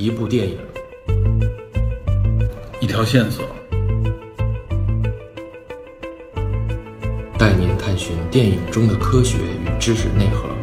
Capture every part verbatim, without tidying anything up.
一部电影， 一条线索， 带您探寻电影中的科学与知识内核。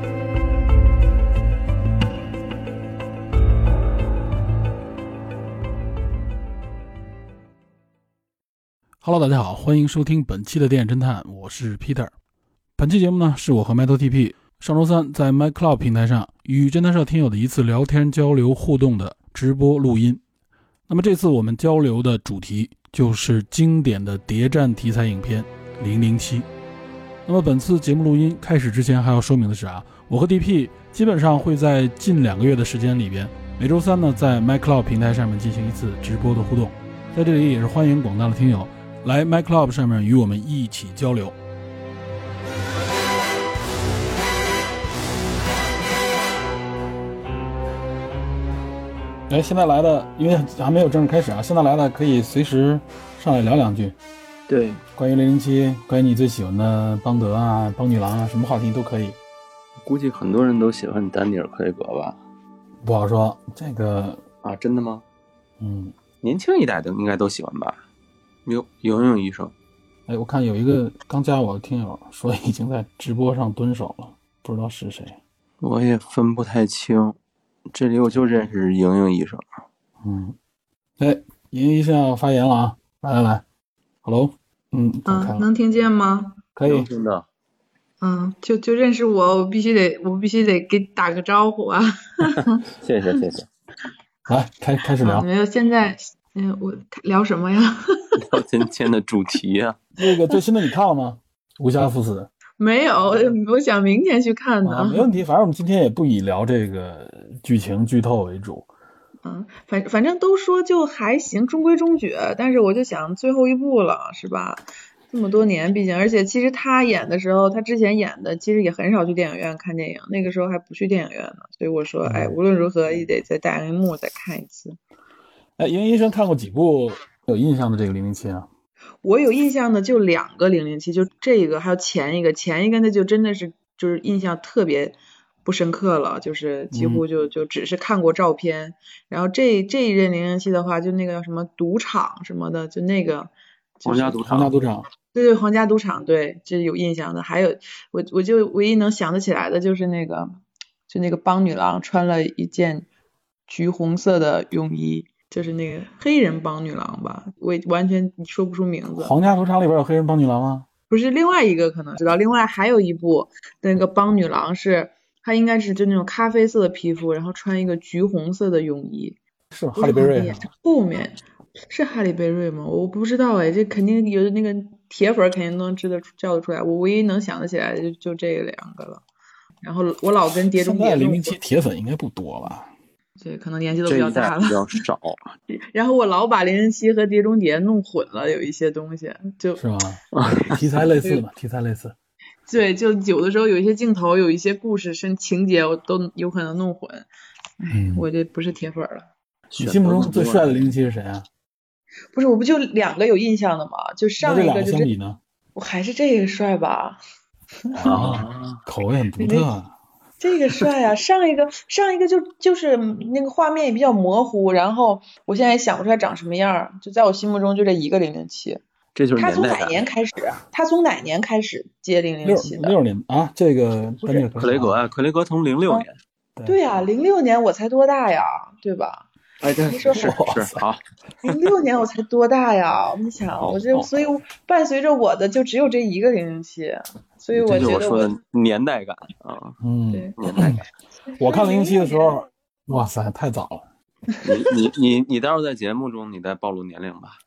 Hello， 大家好，欢迎收听本期的电影侦探，我是 Peter。本期节目呢，是我和 MetalTP 上周三在 MyClub 平台上与侦探社听友的一次聊天交流互动的直播录音。那么这次我们交流的主题就是经典的谍战题材影片零零七。那么本次节目录音开始之前还要说明的是啊，我和 D P 基本上会在近两个月的时间里边，每周三呢在 MyClub 平台上面进行一次直播的互动。在这里也是欢迎广大的听友来 MyClub 上面与我们一起交流。哎，现在来的，因为还没有正式开始啊，现在来的可以随时上来聊两句。 对， 关于零零七，关于你最喜欢的邦德啊、邦女郎啊，什么话题都可以。 估计很多人都喜欢丹尼尔·克雷格吧？ 不好说，这个啊，真的吗？ 嗯， 年轻一代的应该都喜欢吧？有游泳医生。 哎，我看有一个刚加我的听友说已经在直播上蹲守了，不知道是谁。 我也分不太清，这里我就认识莹莹医生。 嗯，哎，莹莹医生要发言了啊！来来来 ，Hello， 嗯， 嗯，能听见吗？ 可以听到。 嗯，就就认识我，我必须得，我必须得给打个招呼啊！ 谢谢谢谢。 来，开开始聊。 啊、没有，现在，嗯，我聊什么呀？ 聊今天的主题呀、啊。 那个最新的你看了吗？无暇赴死。 没有，我想明天去看的。 啊，没问题，反正我们今天也不以聊这个剧情剧透为主。 嗯，反反正都说就还行，中规中矩，但是我就想最后一部了，是吧？这么多年，毕竟，而且其实他演的时候，他之前演的其实也很少去电影院看电影，那个时候还不去电影院呢，所以我说，哎，无论如何也得在大荧幕再看一次。 哎，莹医生看过几部有印象的这个零零七啊？ 我有印象的就两个零零七，就这个还有前一个，前一个那就真的是就是印象特别不深刻了，就是几乎就就只是看过照片。嗯、然后这这一任零零七的话，就那个叫什么赌场什么的，就那个、就是、 皇家赌场， 皇家赌场， 对对，皇家赌场，对，这是有印象的。还有我我就唯一能想得起来的就是那个，就那个邦女郎穿了一件橘红色的泳衣。就是那个黑人帮女郎吧，我完全说不出名字。 皇家赌场里边有黑人帮女郎吗？ 不是，另外一个可能知道。另外还有一部那个帮女郎是，她应该是就那种咖啡色的皮肤，然后穿一个橘红色的泳衣。 是哈利贝瑞？ 后面是哈利贝瑞吗？我不知道哎，这肯定有那个铁粉肯定能知道叫得出来。我唯一能想得起来的就就这两个了。然后我老跟碟中谍。 现在零零七铁粉应该不多吧？ 对，可能年纪都比较大了， 比较少。 然后我老把零零七和碟中谍弄混了，有一些东西就是吗？题材类似嘛，题材类似。 对，就有的时候有一些镜头，有一些故事甚情节，我都有可能弄混。嗯，我这不是铁粉了。 你心目中最帅的零零七是谁啊？ 不是，我不就两个有印象的吗？就上一个就相比呢？ 我还是这个帅吧。 啊，口味很独特啊。 这个帅啊！上一个上一个就就是那个画面也比较模糊，然后我现在也想不出来长什么样，就在我心目中就这一个零零七。 这就是他从哪年开始？他从哪年开始接零零七的？ 六年啊，这个克雷格啊，克雷格从零六年。 嗯、对呀、啊，零六年我才多大呀，对吧？ 哎，对，是是好。 零六年我才多大呀？你想，我这所以伴随着我的就只有这一个零零七。所以我觉得我这就是我说的年代感啊， 嗯， 对， 年代感。 我看零零七的时候，哇塞，太早了。 你你你你待会儿在节目中你再暴露年龄吧。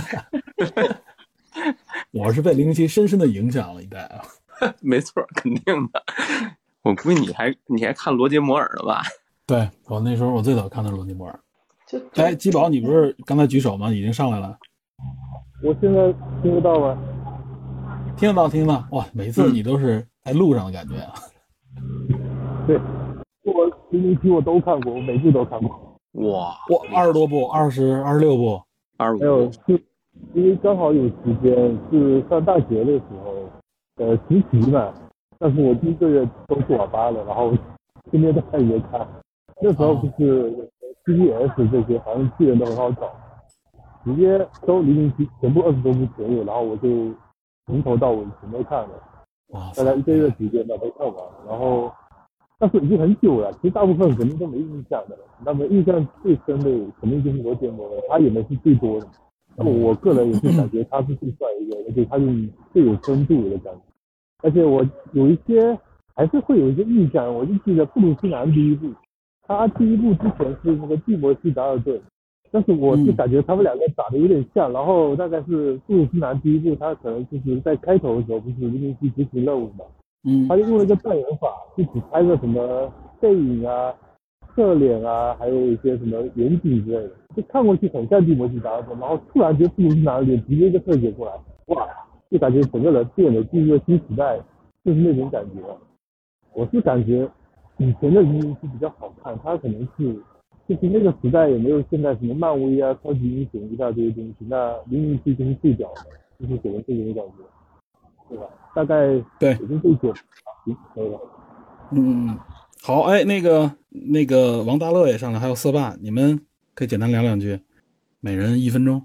我是被零零七深深的影响了一代啊。 没错，肯定的。我估计你还你还看罗杰摩尔了吧？ 对，我那时候我最早看的是罗杰摩尔。哎，基宝，你不是刚才举手吗？已经上来了。 我现在听得到吗？ 听得到，听得到。哇，每次你都是在路上的感觉啊。 嗯、对，我零零七我都看过，我每部都看过。 哇， 哇，二十多部，二十二十六部， 二十五。 还有是，因为刚好有时间是上大学的时候，呃，实习嘛。但是我第一个月都去网吧了，然后天天在看也看。那时候不是 C B S 这些，好像资源都很好找，直接搜零零七全部二十多部全有，然后我就从头到尾全都看了， 哇， 大概一个月时间把都看完，然后但是已经很久了，其实大部分肯定都没印象的了。那么印象最深的肯定就是罗杰摩了，他演的是最多的。那么我个人也是感觉他是最帅一个，而且他是最有深度的感觉。而且我有一些还是会有一些印象，我就记得布鲁斯南第一部，他第一部之前是那个蒂摩西·达尔顿，但是我是感觉他们两个长得有点像，然后大概是布鲁斯南第一部，他可能就是在开头的时候不是零零七执行任务嘛。 嗯， 他就用了一个断人法，就只拍个什么背影啊、侧脸啊，还有一些什么远景之类的，就看过去很像蒂摩西·达尔顿，然后突然就布鲁斯南脸直接一个特写过来，哇，就感觉整个人变了，进入了新时代，就是那种感觉。我是感觉以前的零零七比较好看，它可能是就是那个时代也没有现在什么漫威啊、超级英雄一大堆东西，那零零七就是最屌的，就是给人这种感觉。对吧？大概对， 已经最久，行，可以了。 嗯嗯，好，哎，那个那个王大乐也上来，还有色霸，你们可以简单聊两句，每人一分钟。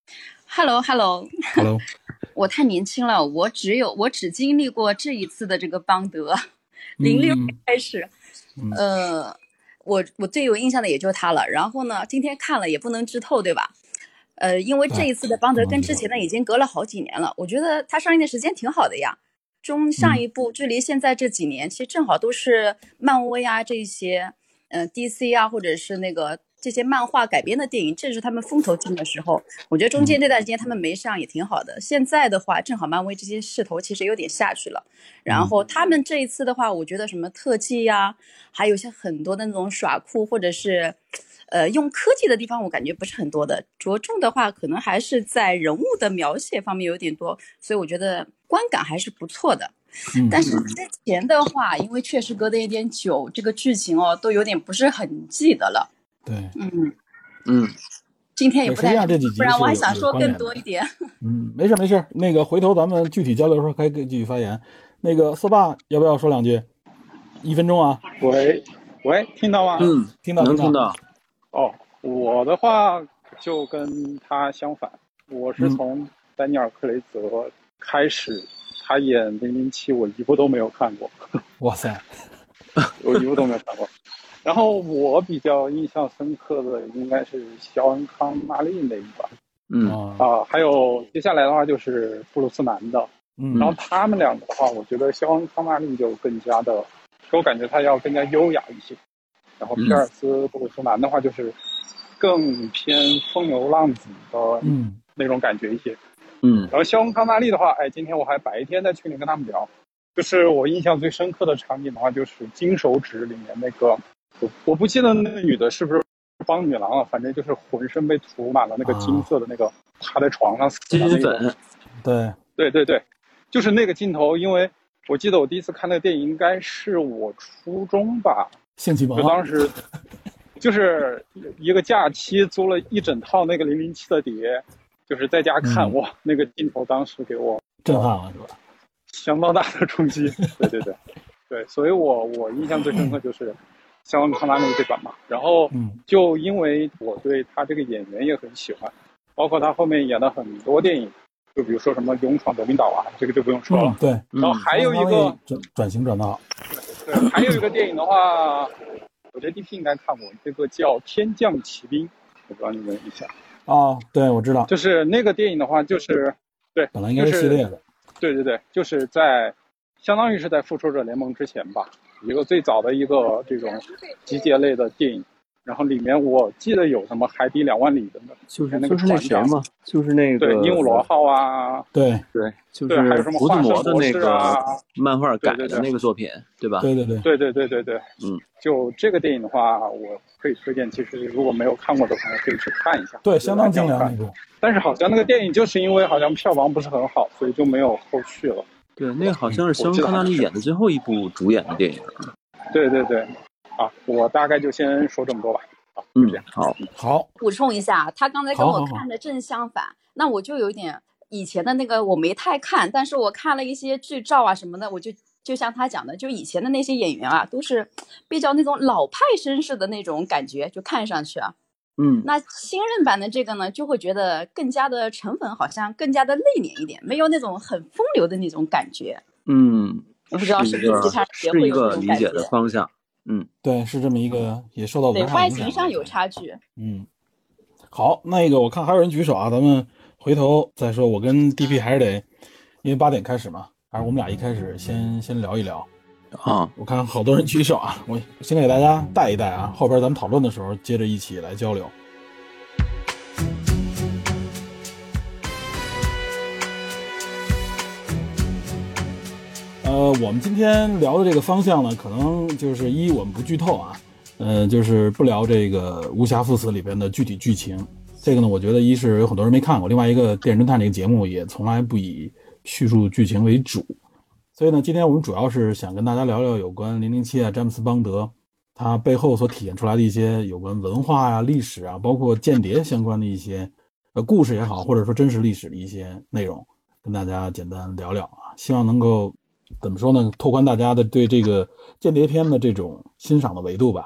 Hello Hello Hello， 我太年轻了，我只有我只经历过这一次的这个邦德，零六年开始， 嗯、 呃，我我最有印象的也就他了。然后呢，今天看了也不能剧透，对吧？呃，因为这一次的邦德跟之前的已经隔了好几年了，我觉得它上映的时间挺好的呀。中上一部距离现在这几年，其实正好都是漫威啊这些，呃 D C 啊或者是那个这些漫画改编的电影，正是他们风头劲的时候。我觉得中间这段时间他们没上也挺好的。现在的话，正好漫威这些势头其实有点下去了。然后他们这一次的话，我觉得什么特技呀，还有些很多的那种耍酷或者是。呃，用科技的地方我感觉不是很多的，着重的话可能还是在人物的描写方面有点多，所以我觉得观感还是不错的。嗯、但是之前的话，因为确实隔得有点久，这个剧情哦都有点不是很记得了。 对， 嗯嗯， 今天也不太， 这几集不然我还想说更多一点。 嗯，没事没事，那个回头咱们具体交流的时候可以继续发言。那个色霸要不要说两句？一分钟啊。 喂喂，听到吗？ 嗯， 听到能听到。 哦，我的话就跟他相反，我是从丹尼尔·克雷泽开始，嗯、他演零零七，我一部都没有看过。 哇塞， 我一部都没有看过。然后我比较印象深刻的应该是肖恩·康纳利那一版， 嗯啊，还有接下来的话就是布鲁斯南的， 嗯， 然后他们两个的话，我觉得肖恩·康纳利就更加的，给我感觉他要更加优雅一些。然后皮尔斯·布鲁斯南的话就是更偏风流浪子的那种感觉一些， 嗯， 然后肖恩·康纳利的话，哎，今天我还白天在群里跟他们聊，就是我印象最深刻的场景的话，就是《金手指》里面那个，我我不记得那个女的是不是帮女郎了，反正就是浑身被涂满了那个金色的那个，啊、趴在床上死的那个金粉， 对对对对，就是那个镜头，因为我记得我第一次看那个电影应该是我初中吧。 性启蒙， 就当时就是一个假期租了一整套那个零零七的碟，就是在家看，嗯、哇，那个镜头当时给我震撼了，是吧？ 相当大的冲击，对对对，对，所以我我印象最深刻就是肖恩·康纳利这版嘛。然后就因为我对他这个演员也很喜欢，包括他后面演了很多电影，就比如说什么《勇闯夺命岛》啊，这个就不用说了。 嗯、对， 然后还有一个转转型转得好。 对，还有一个电影的话，我觉得 D P 应该看过，这个叫《天降奇兵》，我不知道你们有印象。 哦，对，我知道。 就是那个电影的话，就是对， 本来应该是系列的。 就是、对对对，就是在相当于是在复仇者联盟之前吧，一个最早的一个这种集结类的电影。然后里面我记得有什么海底两万里的呢？ 就是那个就是那谁嘛，就是那个对鹦鹉螺号啊， 对对，就是还有什么胡子魔的那个啊漫画改的那个作品，对吧？ 对对对对对对对对， 嗯， 就这个电影的话，我可以推荐，其实如果没有看过的朋友可以去看一下。 对，相当精良那部。 但是好像那个电影就是因为好像票房不是很好，所以就没有后续了。 对，那个好像是肖恩·康纳利演的最后一部主演的电影。 对对对，啊，我大概就先说这么多吧。 嗯，好， 好， 补充一下，他刚才跟我看的正相反，好好好那我就有点以前的那个我没太看，但是我看了一些剧照啊什么的，我就就像他讲的，就以前的那些演员啊，都是比较那种老派绅士的那种感觉，就看上去啊。 嗯， 那新任版的这个呢，就会觉得更加的沉稳，好像更加的内敛一点，没有那种很风流的那种感觉。 嗯， 我不知道是不是其他也会有这种感觉。 是一个理解的方向。嗯， 对，是这么一个，也受到文化影响。 对，外形上有差距。 嗯，好，那个我看还有人举手啊，咱们回头再说。我跟 D P 还是得，因为八点开始嘛，还是我们俩一开始先先聊一聊。 啊， 我看好多人举手啊，我先给大家带一带啊，后边咱们讨论的时候接着一起来交流。呃，我们今天聊的这个方向呢，可能就是一我们不剧透啊，呃，就是不聊这个《无暇赴死》里边的具体剧情。这个呢，我觉得一是有很多人没看过，另外一个电影侦探这个节目也从来不以叙述剧情为主。所以呢，今天我们主要是想跟大家聊聊有关零零七啊，詹姆斯邦德他背后所体现出来的一些有关文化啊、历史啊，包括间谍相关的一些呃故事也好，或者说真实历史的一些内容，跟大家简单聊聊啊，希望能够怎么说呢，拓宽大家的对这个间谍片的这种欣赏的维度吧。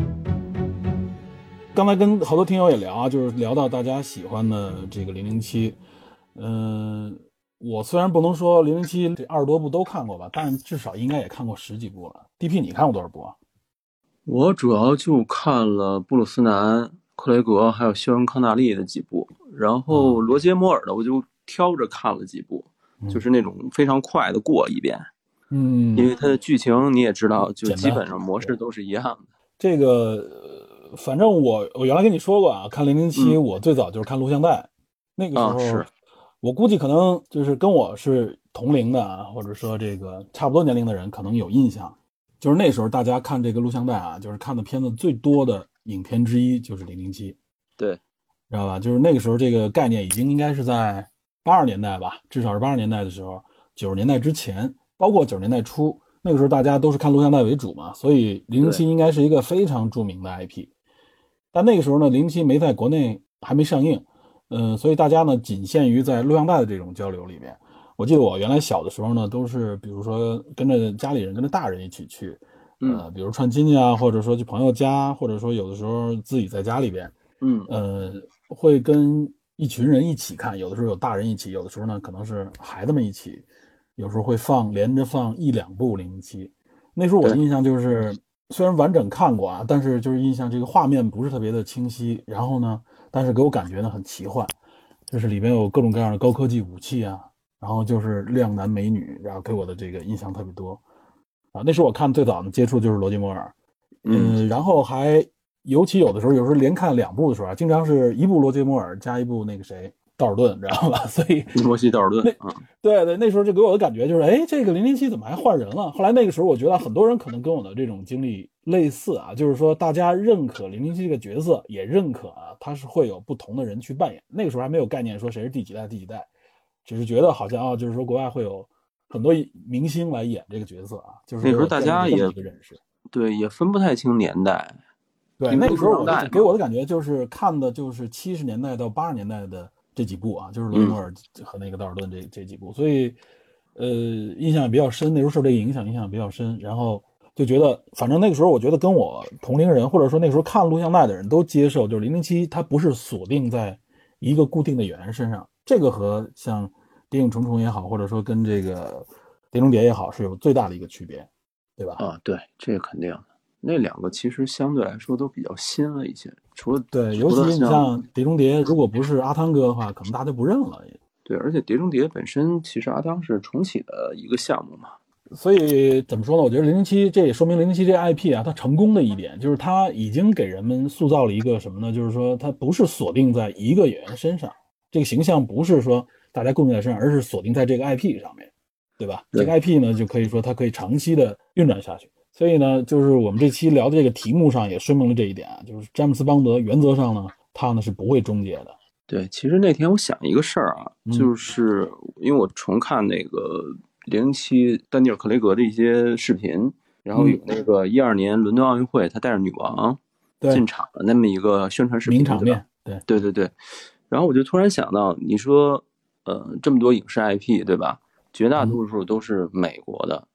刚才跟好多听友也聊啊，就是聊到大家喜欢的这个零零七，嗯。我虽然不能说零零七这二十多部都看过吧，但至少应该也看过十几部了。D P 你看过多少部啊？ 我主要就看了布鲁斯南、克雷格还有肖恩康纳利的几部，然后罗杰摩尔的我就挑着看了几部，嗯、就是那种非常快的过一遍。 嗯， 因为它的剧情你也知道，就基本上模式都是一样的。 这个反正我我原来跟你说过啊，看零零七我最早就是看录像带，那个时候、 啊、是。 我估计可能就是跟我是同龄的啊，或者说这个差不多年龄的人可能有印象，就是那时候大家看这个录像带啊，就是看的片子最多的影片之一就是零零七。 对， 知道吧？就是那个时候这个概念已经应该是在八十年代吧，至少是八十年代的时候，九十年代之前，包括九十年代初，那个时候大家都是看录像带为主嘛，所以零零七应该是一个非常著名的 I P。但那个时候呢，零零七没在国内还没上映。嗯，所以大家呢仅限于在录像带的这种交流里面。我记得我原来小的时候呢，都是比如说跟着家里人、跟着大人一起去，呃，比如串亲戚啊，或者说去朋友家，或者说有的时候自己在家里边， 嗯， 呃，会跟一群人一起看，有的时候有大人一起，有的时候呢可能是孩子们一起，有时候会放连着放一两部零零七。那时候我的印象就是，虽然完整看过啊，但是就是印象这个画面不是特别的清晰，然后呢。但是给我感觉呢很奇幻，就是里面有各种各样的高科技武器啊，然后就是靓男美女，然后给我的这个印象特别多啊。那时候我看最早的接触就是罗杰摩尔，嗯，然后还尤其有的时候有时候连看两部的时候啊，经常是一部罗杰摩尔加一部那个谁道尔顿，知道吧？所以罗西道尔顿， 嗯，对对，那时候就给我的感觉就是，哎，这个零零七怎么还换人了？后来那个时候我觉得很多人可能跟我的这种经历类似啊，就是说大家认可零零七这个角色，也认可啊，他是会有不同的人去扮演。那个时候还没有概念说谁是第几代第几代，只是觉得好像啊，就是说国外会有很多明星来演这个角色啊，就是那时候大家也一个认识， 对，也分不太清年代。 对，那个时候我给我的感觉就是看的就是七十年代到八十年代的这几部啊，就是罗杰摩尔和那个道尔顿这这几部，所以呃印象也比较深。那时候受这个影响影响比较深，然后就觉得反正那个时候我觉得跟我同龄人或者说那个时候看录像带的人都接受，就是零零七它不是锁定在一个固定的演员身上，这个和像谍影重重也好，或者说跟这个碟中谍也好是有最大的一个区别，对吧？ 啊，对，这个肯定的。那两个其实相对来说都比较新了一些，除了对，尤其你像碟中谍，如果不是阿汤哥的话，可能大家就不认了也。 对，而且碟中谍本身其实阿汤是重启的一个项目嘛， 所以怎么说呢？我觉得零零七这也说明零零七这 I P 啊，它成功的一点就是它已经给人们塑造了一个什么呢？就是说它不是锁定在一个演员身上，这个形象不是说大家固定在身上，而是锁定在这个 I P 上面，对吧？ 对， 这个 I P 呢，就可以说它可以长期的运转下去。所以呢，就是我们这期聊的这个题目上也说明了这一点啊，就是詹姆斯邦德原则上呢，他呢是不会终结的。 对，其实那天我想一个事儿啊， 嗯、 就是因为我重看那个零零七丹尼尔·克雷格的一些视频，然后有那个一二年伦敦奥运会，他带着女王进场的那么一个宣传视频， 名场面， 对对对对。然后我就突然想到，你说，呃，这么多影视 I P 对吧？绝大多数都是美国的。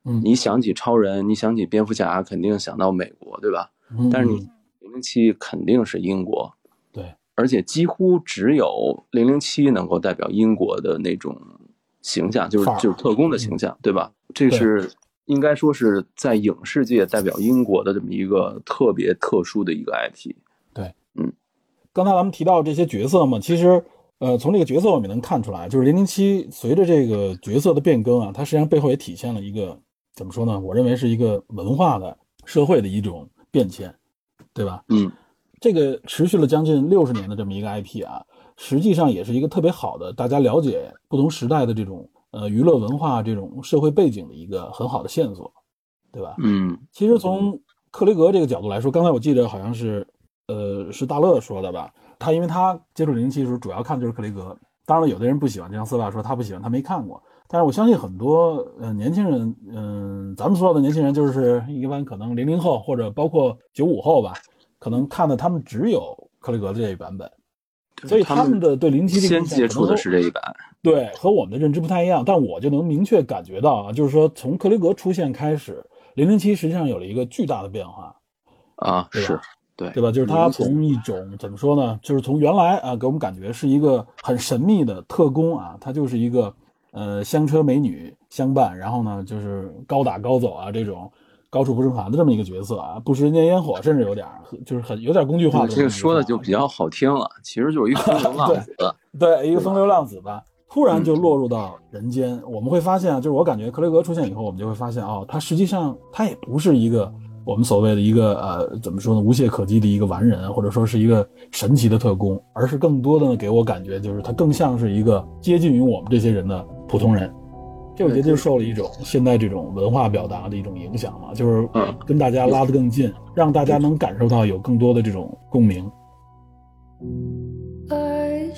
嗯， 你想起超人，你想起蝙蝠侠，肯定想到美国，对吧？ 嗯， 但是你零零七肯定是英国， 对， 而且几乎只有零零七能够代表英国的那种形象，就是就是特工的形象，嗯、对吧？这是应该说是在影视界代表英国的这么一个特别特殊的一个 I P。 对， 嗯， 刚才咱们提到这些角色嘛，其实呃，从这个角色我们能看出来，就是零零七随着这个角色的变更啊，它实际上背后也体现了一个怎么说呢？我认为是一个文化的、社会的一种变迁，对吧？ 嗯， 这个持续了将近六十年的这么一个 I P 啊，实际上也是一个特别好的大家了解不同时代的这种呃娱乐文化这种社会背景的一个很好的线索，对吧？ 嗯， 其实从克雷格这个角度来说，刚才我记得好像是呃是大乐说的吧，他因为他接触零零七的时候主要看的就是克雷格，当然了有的人不喜欢，就像四爸说他不喜欢，他没看过，但是我相信很多呃年轻人，嗯、呃，咱们说的年轻人就是一般可能零零后或者包括九五后吧，可能看的他们只有克雷格的这一版本，所以他们的对零零七先接触的是这一版， 对，和我们的认知不太一样，但我就能明确感觉到啊，就是说从克雷格出现开始，零零七实际上有了一个巨大的变化啊，是。对对吧？就是他从一种怎么说呢？就是从原来啊，给我们感觉是一个很神秘的特工啊，他就是一个呃香车美女相伴，然后呢就是高打高走啊这种高处不胜寒的这么一个角色啊，不食人间烟火，甚至有点就是很有点工具化的。 这个说的就比较好听了，其实就是一个风流浪子对，对，一个风流浪子吧。突然就落入到人间，嗯、我们会发现啊，就是我感觉克雷格出现以后，我们就会发现哦，他实际上他也不是一个。我们所谓的一个呃，怎么说呢，无懈可击的一个完人，或者说是一个神奇的特工，而是更多的呢，给我感觉就是他更像是一个接近于我们这些人的普通人。这我觉得就受了一种现在这种文化表达的一种影响嘛，就是跟大家拉得更近，让大家能感受到有更多的这种共鸣。I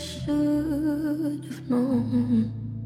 should have known。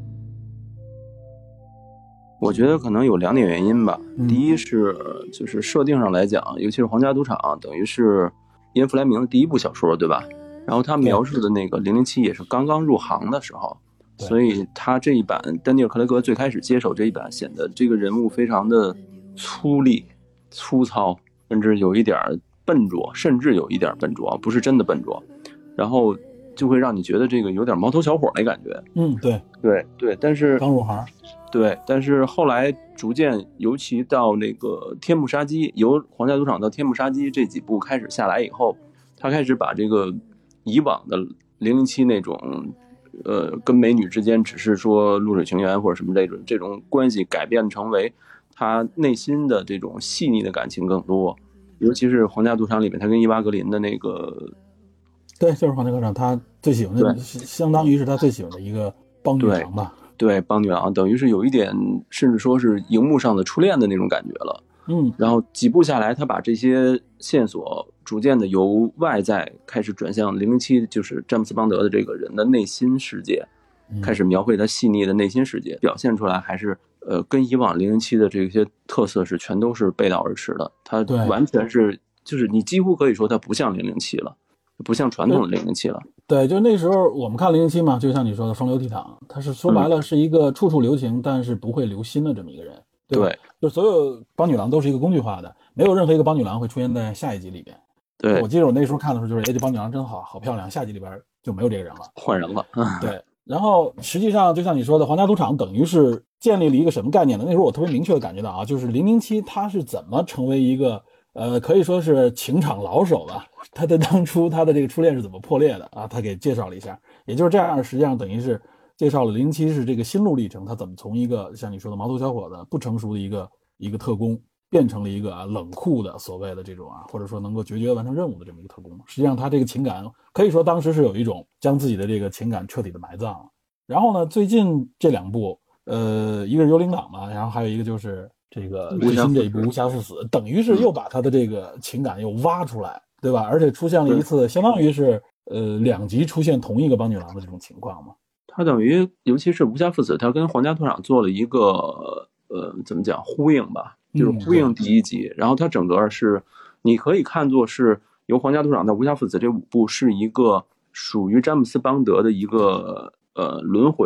我觉得可能有两点原因吧。第一是就是设定上来讲，尤其是皇家赌场，等于是伊恩·弗莱明的第一部小说，对吧？然后他描述的那个零零七也是刚刚入行的时候，所以他这一版丹尼尔·克雷格最开始接手这一版，显得这个人物非常的粗粝、粗糙，甚至有一点笨拙，甚至有一点笨拙，不是真的笨拙。然后就会让你觉得这个有点毛头小伙那感觉。 嗯，对对对，但是刚入行。 对，但是后来逐渐，尤其到那个天幕杀机，由皇家赌场到天幕杀机这几部开始下来以后，他开始把这个以往的零零七那种，呃，跟美女之间只是说露水情缘或者什么这种这种关系，改变成为他内心的这种细腻的感情更多。尤其是皇家赌场里面，他跟伊娃格林的那个， 对，就是皇家赌场，他最喜欢的，相当于是他最喜欢的一个帮女郎吧。 对，帮女郎等于是有一点，甚至说是荧幕上的初恋的那种感觉了。 嗯， 然后几部下来，他把这些线索逐渐的由外在开始转向零零七，就是詹姆斯邦德的这个人的内心世界， 嗯、 开始描绘他细腻的内心世界，表现出来还是呃跟以往零零七的这些特色是全都是背道而驰的。他完全是就是你几乎可以说他不像零零七了。不像传统的零零七了。 对，就那时候我们看零零七嘛，就像你说的风流倜傥，他是说白了是一个处处留情、嗯、但是不会留心的这么一个人，对吧？ 对， 就所有帮女郎都是一个工具化的，没有任何一个帮女郎会出现在下一集里边。 对， 我记得我那时候看的时候就是，哎，这帮女郎真好，好漂亮，下集里边就没有这个人了， 换人了。 对，然后实际上就像你说的，皇家赌场等于是建立了一个什么概念呢？那时候我特别明确的感觉到啊，就是零零七他是怎么成为一个呃，可以说是情场老手吧。他的当初他的这个初恋是怎么破裂的啊？他给介绍了一下，也就是这样，实际上等于是介绍了零零七是这个心路历程，他怎么从一个像你说的毛头小伙子、不成熟的一个一个特工，变成了一个啊冷酷的所谓的这种啊，或者说能够决绝完成任务的这么一个特工。实际上他这个情感可以说当时是有一种将自己的这个情感彻底的埋葬了。然后呢，最近这两部，呃，一个是幽灵党嘛，然后还有一个就是这个最新这一部无暇赴死，等于是又把他的这个情感又挖出来。对吧？而且出现了一次，相当于是呃两集出现同一个帮女郎的这种情况嘛。 他等于，尤其是无暇赴死，他跟皇家赌场做了一个呃怎么讲呼应吧，就是呼应第一集。嗯、然后他整个是，你可以看作是由皇家赌场到无暇赴死这五部是一个属于詹姆斯邦德的一个呃轮回，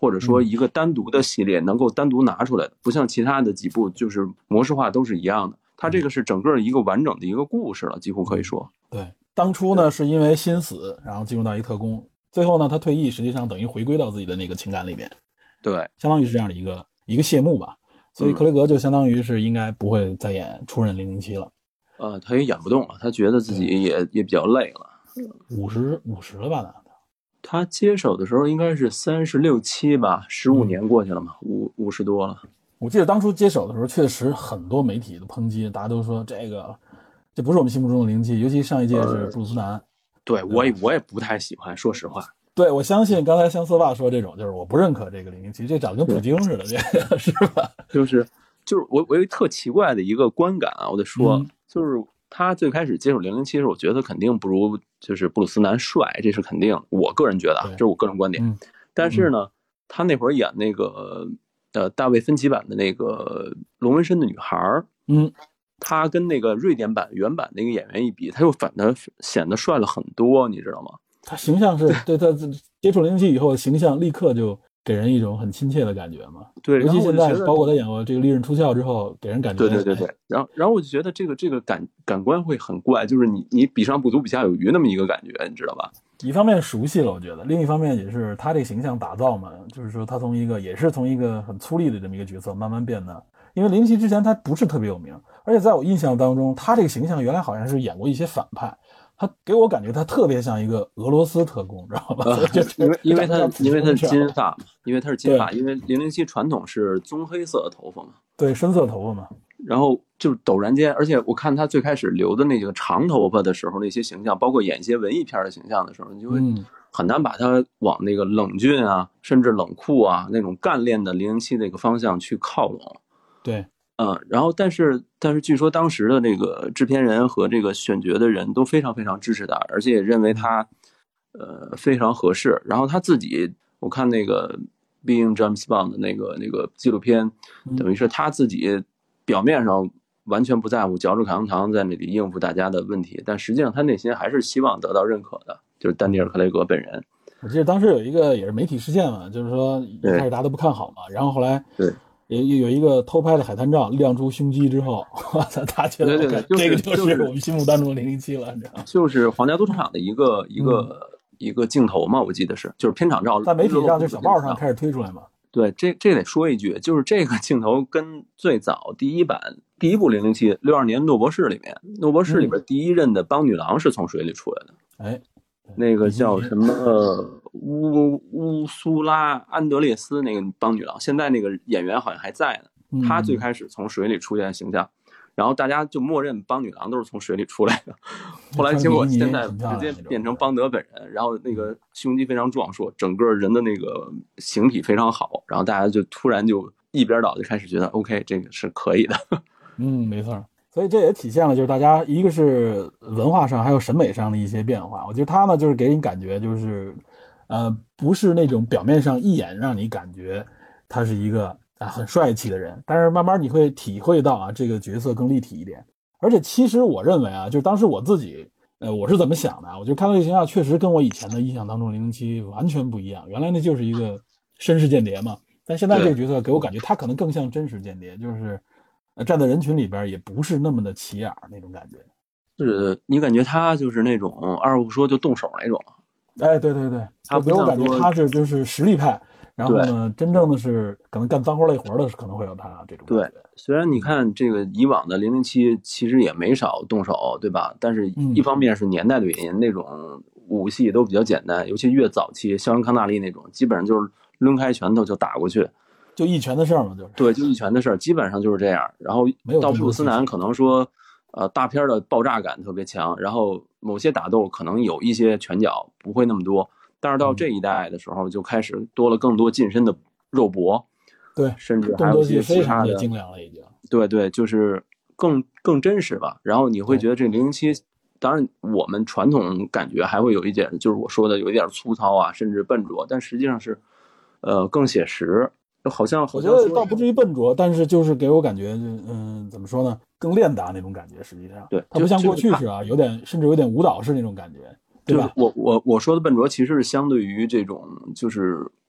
或者说一个单独的系列能够单独拿出来的，不像其他的几部就是模式化都是一样的。它这个是整个一个完整的一个故事了，几乎可以说。 对，当初呢是因为心死，然后进入到一特工，最后呢他退役，实际上等于回归到自己的那个情感里面。 对， 相当于是这样的一个一个谢幕吧。所以克雷格就相当于是应该不会再演出任零零七了。 呃，他也演不动了，他觉得自己也也比较累了。 五十五十了吧？ 他接手的时候应该是三十六七吧，十五年过去了嘛，五五十多了。 我记得当初接手的时候，确实很多媒体的抨击，大家都说这个这不是我们心目中的零零七，尤其上一届是布鲁斯南。呃、 对，我也我也不太喜欢，说实话。 对，我相信刚才像色霸说这种，就是我不认可这个零零七，这长得跟普京似的，这个是吧？ 就是就是我我有一特奇怪的一个观感啊，我得说，嗯、就是他最开始接手零零七的时候，我觉得肯定不如就是布鲁斯南帅，这是肯定，我个人觉得啊，这是我个人观点。嗯、但是呢，他那会儿演那个呃大卫芬奇版的那个龙纹身的女孩， 嗯， 他跟那个瑞典版原版那个演员一比，他又反而显得帅了很多，你知道吗？ 他形象是对他接触零零七以后，形象立刻就给人一种很亲切的感觉嘛。 对， 尤其现在包括他演过这个《利刃出鞘》之后，给人感觉对对对对。然后然后我就觉得这个这个感感官会很怪，就是你你比上不足，比下有余那么一个感觉，你知道吧？ 一方面熟悉了，我觉得；另一方面也是他这个形象打造嘛，就是说他从一个也是从一个很粗粝的这么一个角色慢慢变得，因为零零七之前他不是特别有名，而且在我印象当中，他这个形象原来好像是演过一些反派。他给我感觉他特别像一个俄罗斯特工，知道吧？ 呃、因为因为他因为他是金发嘛，因为他是金发，因为零零七传统是棕黑色的头发嘛， 对，深色头发嘛。 然后就陡然间，而且我看他最开始留的那个长头发的时候，那些形象，包括演一些文艺片的形象的时候，你就会很难把他往那个冷峻啊，甚至冷酷啊那种干练的零零七那个方向去靠拢。 对。 嗯，然后但是但是据说当时的这个制片人和这个选角的人都非常非常支持他，而且也认为他呃非常合适。然后他自己，我看那个 Being James Bond 的那个那个纪录片，等于是他自己表面上完全不在乎，嚼着口香糖在那里应付大家的问题，但实际上他内心还是希望得到认可的，就是丹尼尔·克雷格本人。 我记得当时有一个也是媒体事件嘛，就是说一开始大家都不看好嘛，然后后来对。 也有一个偷拍的海滩照亮出胸肌之后，我操，他觉得对对对， 这个就是我们心目当中的零零七了，你知道吗？ 就是皇家赌场的一个一个、嗯、一个镜头嘛，我记得是，就是片场照， 在媒体上就小报上开始推出来嘛。 对，这这得说一句，就是这个镜头跟最早第一版第一部零零七六二年诺博士里面，诺博士里边第一任的邦女郎是从水里出来的， 哎、 嗯，那个叫什么？乌乌苏拉安德烈斯那个邦女郎，现在那个演员好像还在呢。她最开始从水里出现形象，然后大家就默认邦女郎都是从水里出来的。后来结果现在直接变成邦德本人，然后那个胸肌非常壮硕，整个人的那个形体非常好，然后大家就突然就一边倒就开始觉得 OK， 这个是可以的。 嗯，没错。所以这也体现了就是大家一个是文化上还有审美上的一些变化。我觉得他呢就是给你感觉就是。呃，不是那种表面上一眼让你感觉他是一个啊很帅气的人，但是慢慢你会体会到啊这个角色更立体一点。而且其实我认为啊，就是当时我自己，呃，我是怎么想的？我就看到这个形象确实跟我以前的印象当中零零七完全不一样。原来那就是一个绅士间谍嘛，但现在这个角色给我感觉他可能更像真实间谍，就是呃站在人群里边也不是那么的起眼那种感觉。 是你感觉他就是那种二话不说就动手那种。 哎，对对对，他给我感觉他是就是实力派，然后呢，真正的是可能干脏活累活的，可能会有他这种感觉。 对，虽然你看这个以往的零零七其实也没少动手，对吧？但是一方面是年代的原因，嗯、那种武戏都比较简单，尤其越早期，肖恩康纳利那种，基本上就是抡开拳头就打过去， 就一拳的事儿嘛，就是对，就一拳的事儿，基本上就是这样。然后到布鲁斯南可能说。呃，大片的爆炸感特别强，然后某些打斗可能有一些拳脚，不会那么多。但是到这一代的时候，就开始多了更多近身的肉搏， 对， 甚至还有一些其他的精良了已经。 对对，就是更更真实吧。然后你会觉得这零零七，当然我们传统感觉还会有一点，就是我说的有一点粗糙啊，甚至笨拙，但实际上是，呃，更写实。好像我觉得倒不至于笨拙，但是就是给我感觉，嗯，怎么说呢，更练达那种感觉。实际上， 对， 它不像过去是啊，有点甚至有点舞蹈式那种感觉，对吧？ 我我我说的笨拙，其实是相对于这种就是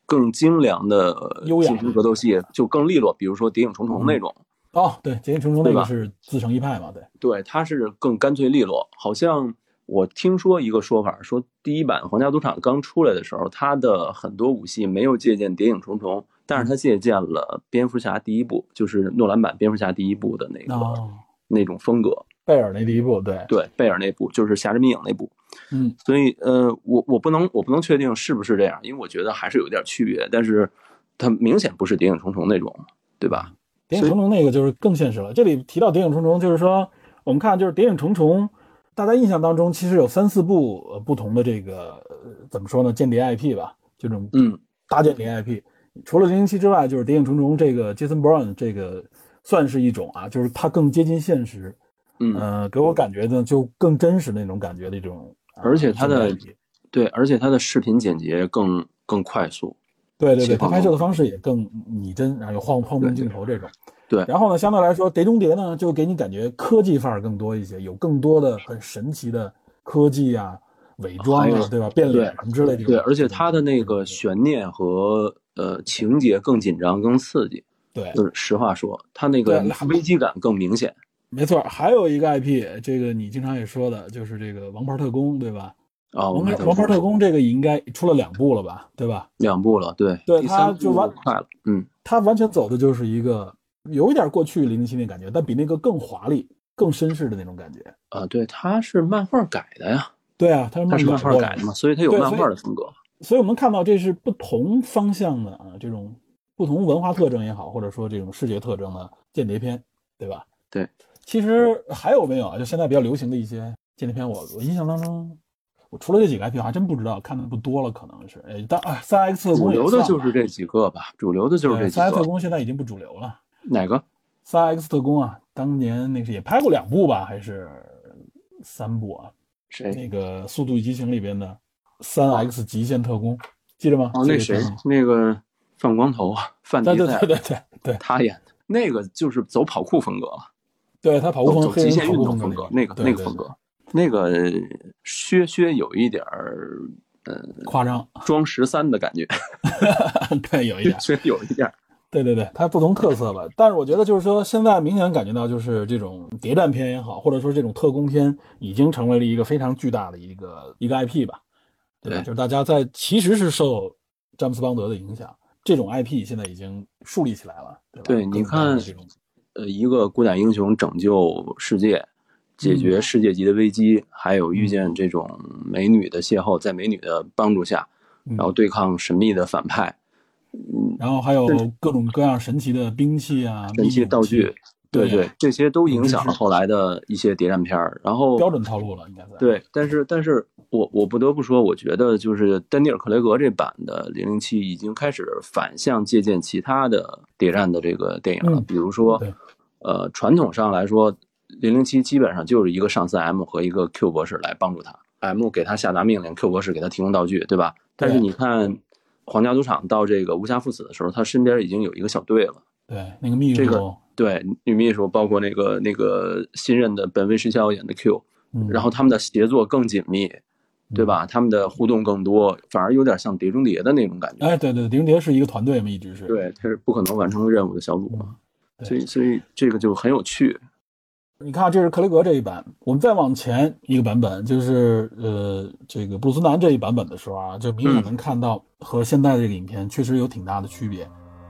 更精良的近身格斗戏就更利落，比如说谍影重重那种。 嗯、哦，对，谍影重重那个是自成一派嘛，对。 对，它是更干脆利落。好像我听说一个说法，说第一版皇家赌场刚出来的时候，它的很多武戏没有借鉴谍影重重，但是它借鉴了蝙蝠侠第一部，就是诺兰版蝙蝠侠第一部的那个、哦、那种风格。 贝尔那第一部，对对，贝尔那部就是侠之谜影那部。 嗯， 所以呃，我我不能我不能确定是不是这样，因为我觉得还是有点区别，但是它明显不是谍影重重那种，对吧？ 谍影重重那个就是更现实了。这里提到谍影重重，就是说我们看就是谍影重重，大家印象当中其实有三四部呃不同的这个、呃、怎么说呢，间谍 I P 吧，这种嗯大间谍 I P。除了零零七之外，就是谍影重重这个 Jason Bourne 这个算是一种啊，就是它更接近现实。 嗯， 呃，给我感觉呢就更真实那种感觉的一种， 而且它的对，而且它的视频剪辑更更快速， 对对对，它拍摄的方式也更拟真，然后有晃晃动镜头这种， 对。 然后呢，相对来说，谍中谍呢就给你感觉科技范儿更多一些，有更多的很神奇的科技啊、伪装啊，对吧？变脸什么之类的。 对，而且它的那个悬念和呃情节更紧张、更刺激。 对， 就是实话说，它那个危机感更明显。 没错，还有一个 I P， 这个你经常也说的，就是这个《王牌特工》，对吧？ 啊、哦， 王牌王牌特工这个应该出了两部了吧，对吧？ 两部了，对。 对，他就完快了，嗯， 他完全走的就是一个有一点过去零零七那感觉，但比那个更华丽、更绅士的那种感觉。 啊，对，他是漫画改的呀。 对啊，他是漫画改的嘛，所以他有漫画的风格。 所以我们看到这是不同方向的啊，这种不同文化特征也好，或者说这种视觉特征的间谍片，对吧？ 对。 其实还有没有啊？就现在比较流行的一些间谍片，我我印象当中，我除了这几个 I P， 我还真不知道，看的不多了，可能是。哎，但啊，三 X 特工也主流的就是这几个吧，主流的就是这几个。 三 X 特工现在已经不主流了。 哪个？ 三 X 特工啊，当年那个也拍过两部吧，还是三部啊？ 谁？ 那个《速度与激情》里边的三 X 极限特工，记得吗？ 哦，那谁？那个范光头啊，范迪塞， 对对对对对， 他演的那个就是走跑酷风格了。 对他跑酷风格， 极限运动风格，那个对对对那个风格，那个薛薛有一点儿呃夸张， 装十三的感觉， 对，有一点， 薛有一点， 对对对，它不同特色吧。但是我觉得就是说，现在明显感觉到，就是这种谍战片也好，或者说这种特工片，已经成为了一个非常巨大的一个一个 I P 吧，对吧？ 对， 就是大家在其实是受詹姆斯邦德的影响，这种 I P 现在已经树立起来了，对吧？ 对，你看。呃，一个孤胆英雄拯救世界，解决世界级的危机，嗯、还有遇见这种美女的邂逅，在美女的帮助下， 嗯、 然后对抗神秘的反派， 嗯，然后还有各种各样神奇的兵器啊， 神奇道具，对 对, 对，这些都影响了后来的一些谍战片儿。然后标准套路了，应该是。 对，但是但是我我不得不说，我觉得就是丹尼尔·克雷格这版的零零七已经开始反向借鉴其他的谍战的这个电影了， 嗯、 比如说。呃，传统上来说，零零七基本上就是一个上司 M 和一个 Q 博士来帮助他 ，M 给他下达命令 ，Q 博士给他提供道具，对吧？但是你看，皇家赌场到这个无暇赴死的时候，他身边已经有一个小队了。 对，那个秘书， 这个对女秘书，包括那个那个新任的本威石肖演的 Q，、嗯、然后他们的协作更紧密，对吧？嗯、他们的互动更多，反而有点像谍中谍的那种感觉。 哎，对对，谍中谍是一个团队嘛，一直是。 对，他是不可能完成任务的小组嘛。 嗯所以，所以这个就很有趣。 你看，这是克雷格这一版，我们再往前一个版本，就是呃，这个布鲁斯南这一版本的时候啊，就明显能看到和现在这个影片确实有挺大的区别。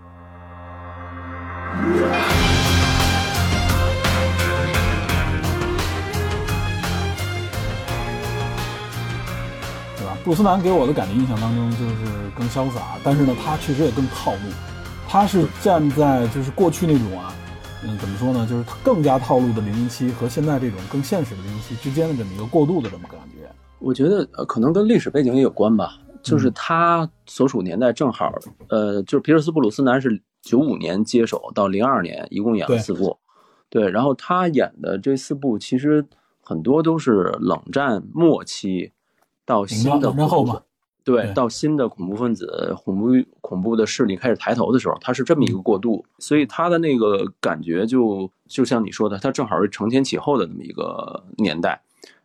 对吧？布鲁斯南给我的感觉印象当中就是更潇洒，但是呢，他确实也更套路。他是站在就是过去那种啊，嗯，怎么说呢，就是更加套路的零零七和现在这种更现实的零零七之间的这么一个过渡的这么感觉。 我觉得呃，可能跟历史背景也有关吧。就是他所处年代正好，呃，就是皮尔斯布鲁斯南是九五年接手到零二年，一共演了四部，对，对，然后他演的这四部其实很多都是冷战末期到新的然后嘛。 对，到新的恐怖分子、恐怖恐怖的势力开始抬头的时候，它是这么一个过渡，所以它的那个感觉就就像你说的，它正好是承前启后的那么一个年代。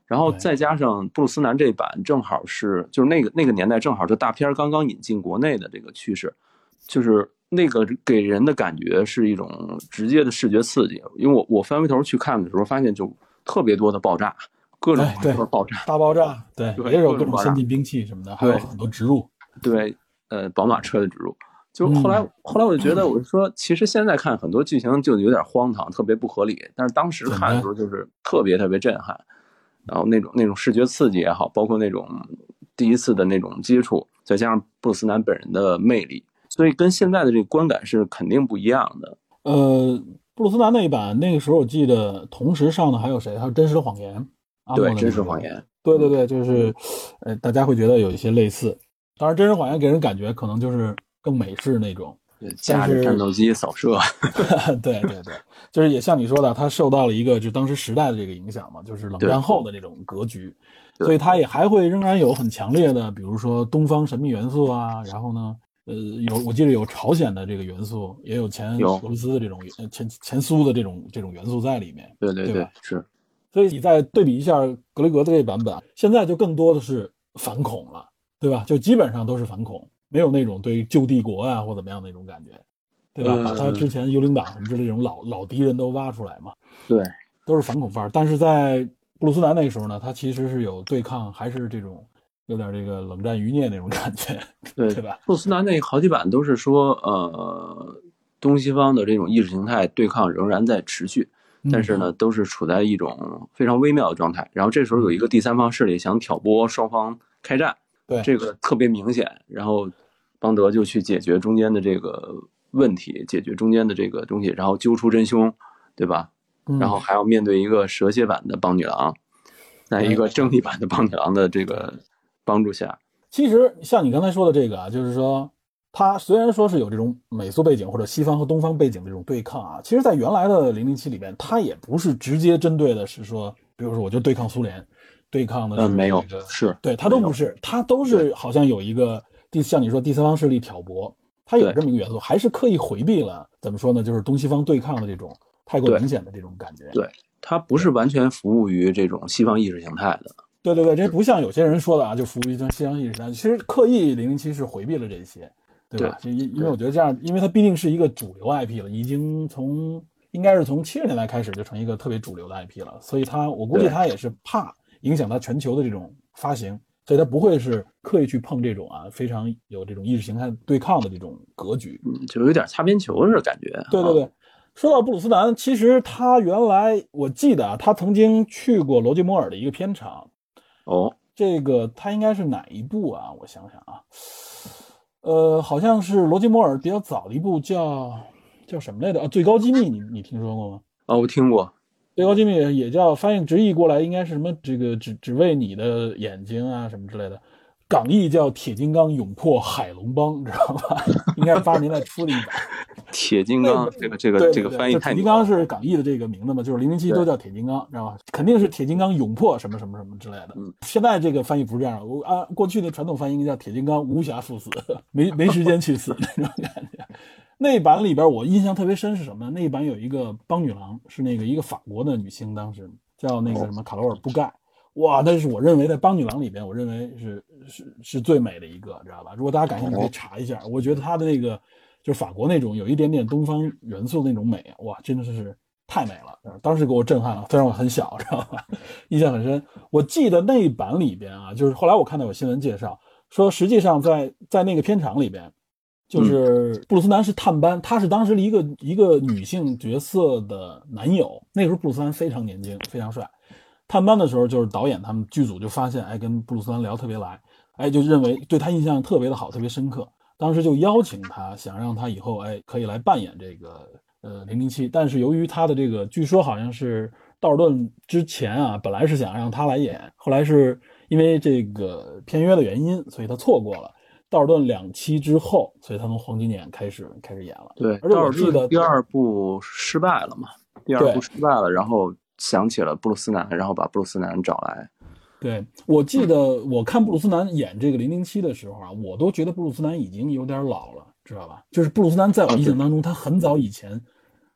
然后再加上布鲁斯南这版正好是就是那个那个年代正好是大片刚刚引进国内的这个趋势，就是那个给人的感觉是一种直接的视觉刺激。因为我我翻回头去看的时候，发现就特别多的爆炸，各种爆炸， 大爆炸，对， 对， 也有各种先进兵器什么的，还有很多植入， 对，呃，宝马车的植入。就后来、嗯、后来我就觉得，我就说，其实现在看很多剧情就有点荒唐，特别不合理，但是当时看的时候就是特别特别震撼。然后那种那种视觉刺激也好，包括那种第一次的那种接触，再加上布鲁斯南本人的魅力，所以跟现在的这个观感是肯定不一样的。 呃，布鲁斯南那一版那个时候我记得同时上的还有谁？还有真实的谎言。 对，真实谎言。 对对对，就是呃，大家会觉得有一些类似。当然，真实谎言给人感觉可能就是更美式那种。 架着战斗机扫射。 对对对，就是也像你说的，它受到了一个就当时时代的这个影响嘛，就是冷战后的这种格局，所以它也还会仍然有很强烈的，比如说东方神秘元素啊，然后呢，呃，有我记得有朝鲜的这个元素，也有前俄罗斯的这种前前苏的这种这种元素在里面。 对对对, 对吧是。 所以你再对比一下格雷格的这个版本，现在就更多的是反恐了，对吧？就基本上都是反恐。没有那种对旧帝国啊或怎么样那种感觉，对吧？把他之前幽灵党什么之类这种老老敌人都挖出来嘛， 对， 都是反恐范儿。但是在布鲁斯南那个时候呢，他其实是有对抗，还是这种有点这个冷战余孽那种感觉， 对对吧？ 布鲁斯南那好几版都是说，呃，东西方的这种意识形态对抗仍然在持续，但是呢，都是处在一种非常微妙的状态。然后这时候有一个第三方势力想挑拨双方开战。 对， 这个特别明显，然后邦德就去解决中间的这个问题，解决中间的这个东西，然后揪出真凶，对吧？ 嗯、 然后还要面对一个蛇蝎版的邦女郎，在一个正义版的邦女郎的这个帮助下。 其实像你刚才说的这个啊，就是说，它虽然说是有这种美苏背景或者西方和东方背景的这种对抗啊，其实在原来的零零七里边，它也不是直接针对的是说，比如说我就对抗苏联。对抗的是、这个呃、没有是对他都不是，他都是好像有一个第像你说第三方势力挑拨，他有这么一个元素，还是刻意回避了怎么说呢？就是东西方对抗的这种太过明显的这种感觉。 对，他不是完全服务于这种西方意识形态的。 对对对，这不像有些人说的啊，就服务于西方意识形态。其实刻意零零七是回避了这些，对吧？ 对， 因因为我觉得这样，因为它毕竟是一个主流 I P 了，已经从应该是从七十年代开始就成一个特别主流的 I P 了，所以他我估计他也是怕。影响它全球的这种发行，所以它不会是刻意去碰这种啊非常有这种意识形态对抗的这种格局， 嗯，就有点擦边球似的感觉。 对对对，啊、说到布鲁斯南，其实他原来我记得啊，他曾经去过罗杰摩尔的一个片场。 哦， 这个他应该是哪一部啊？我想想啊，呃，好像是罗杰摩尔比较早的一部叫叫什么来着？啊，最高机密，你你听说过吗？ 啊、哦，我听过。 最高机密也叫翻译直译过来应该是什么这个只只为你的眼睛啊什么之类的，港译叫铁金刚勇破海龙帮，知道吧？应该是八十年代出的一版。 铁金刚这个这个这个翻译太铁金刚是港译的这个名字嘛，就是零零七都叫铁金刚，知道吧？肯定是铁金刚勇破什么什么什么之类的。 嗯， 现在这个翻译不是这样，我按过去的传统翻译叫铁金刚无暇赴死，没没时间去死那种感觉。那一版里边我印象特别深是什么呢？那一版有一个邦女郎，是那个一个法国的女星，当时叫那个什么卡罗尔布盖。哇，那是我认为在邦女郎里边，我认为是是是最美的一个，知道吧？如果大家感兴趣可以查一下，我觉得她的那个就是法国那种有一点点东方元素的那种美，哇，真的是太美了，当时给我震撼了。虽然我很小，知道吧？印象很深。我记得那一版里边啊，就是后来我看到有新闻介绍说，实际上在在那个片场里边。就是布鲁斯南是探班，他是当时一个一个女性角色的男友。那个时候布鲁斯南非常年轻，非常帅。探班的时候，就是导演他们剧组就发现，哎，跟布鲁斯南聊特别来，哎，就认为对他印象特别的好，特别深刻。当时就邀请他，想让他以后哎可以来扮演这个呃零零七。但是由于他的这个，据说好像是道尔顿之前啊，本来是想让他来演，后来是因为这个片约的原因，所以他错过了。道尔顿两期之后，所以他从黄金眼开始开始演了。 对， 而且我记得第二部失败了嘛，第二部失败了，然后想起了布鲁斯南，然后把布鲁斯南找来。 对，我记得我看布鲁斯南演这个零零七的时候啊，我都觉得布鲁斯南已经有点老了，知道吧？就是布鲁斯南在我印象当中，他很早以前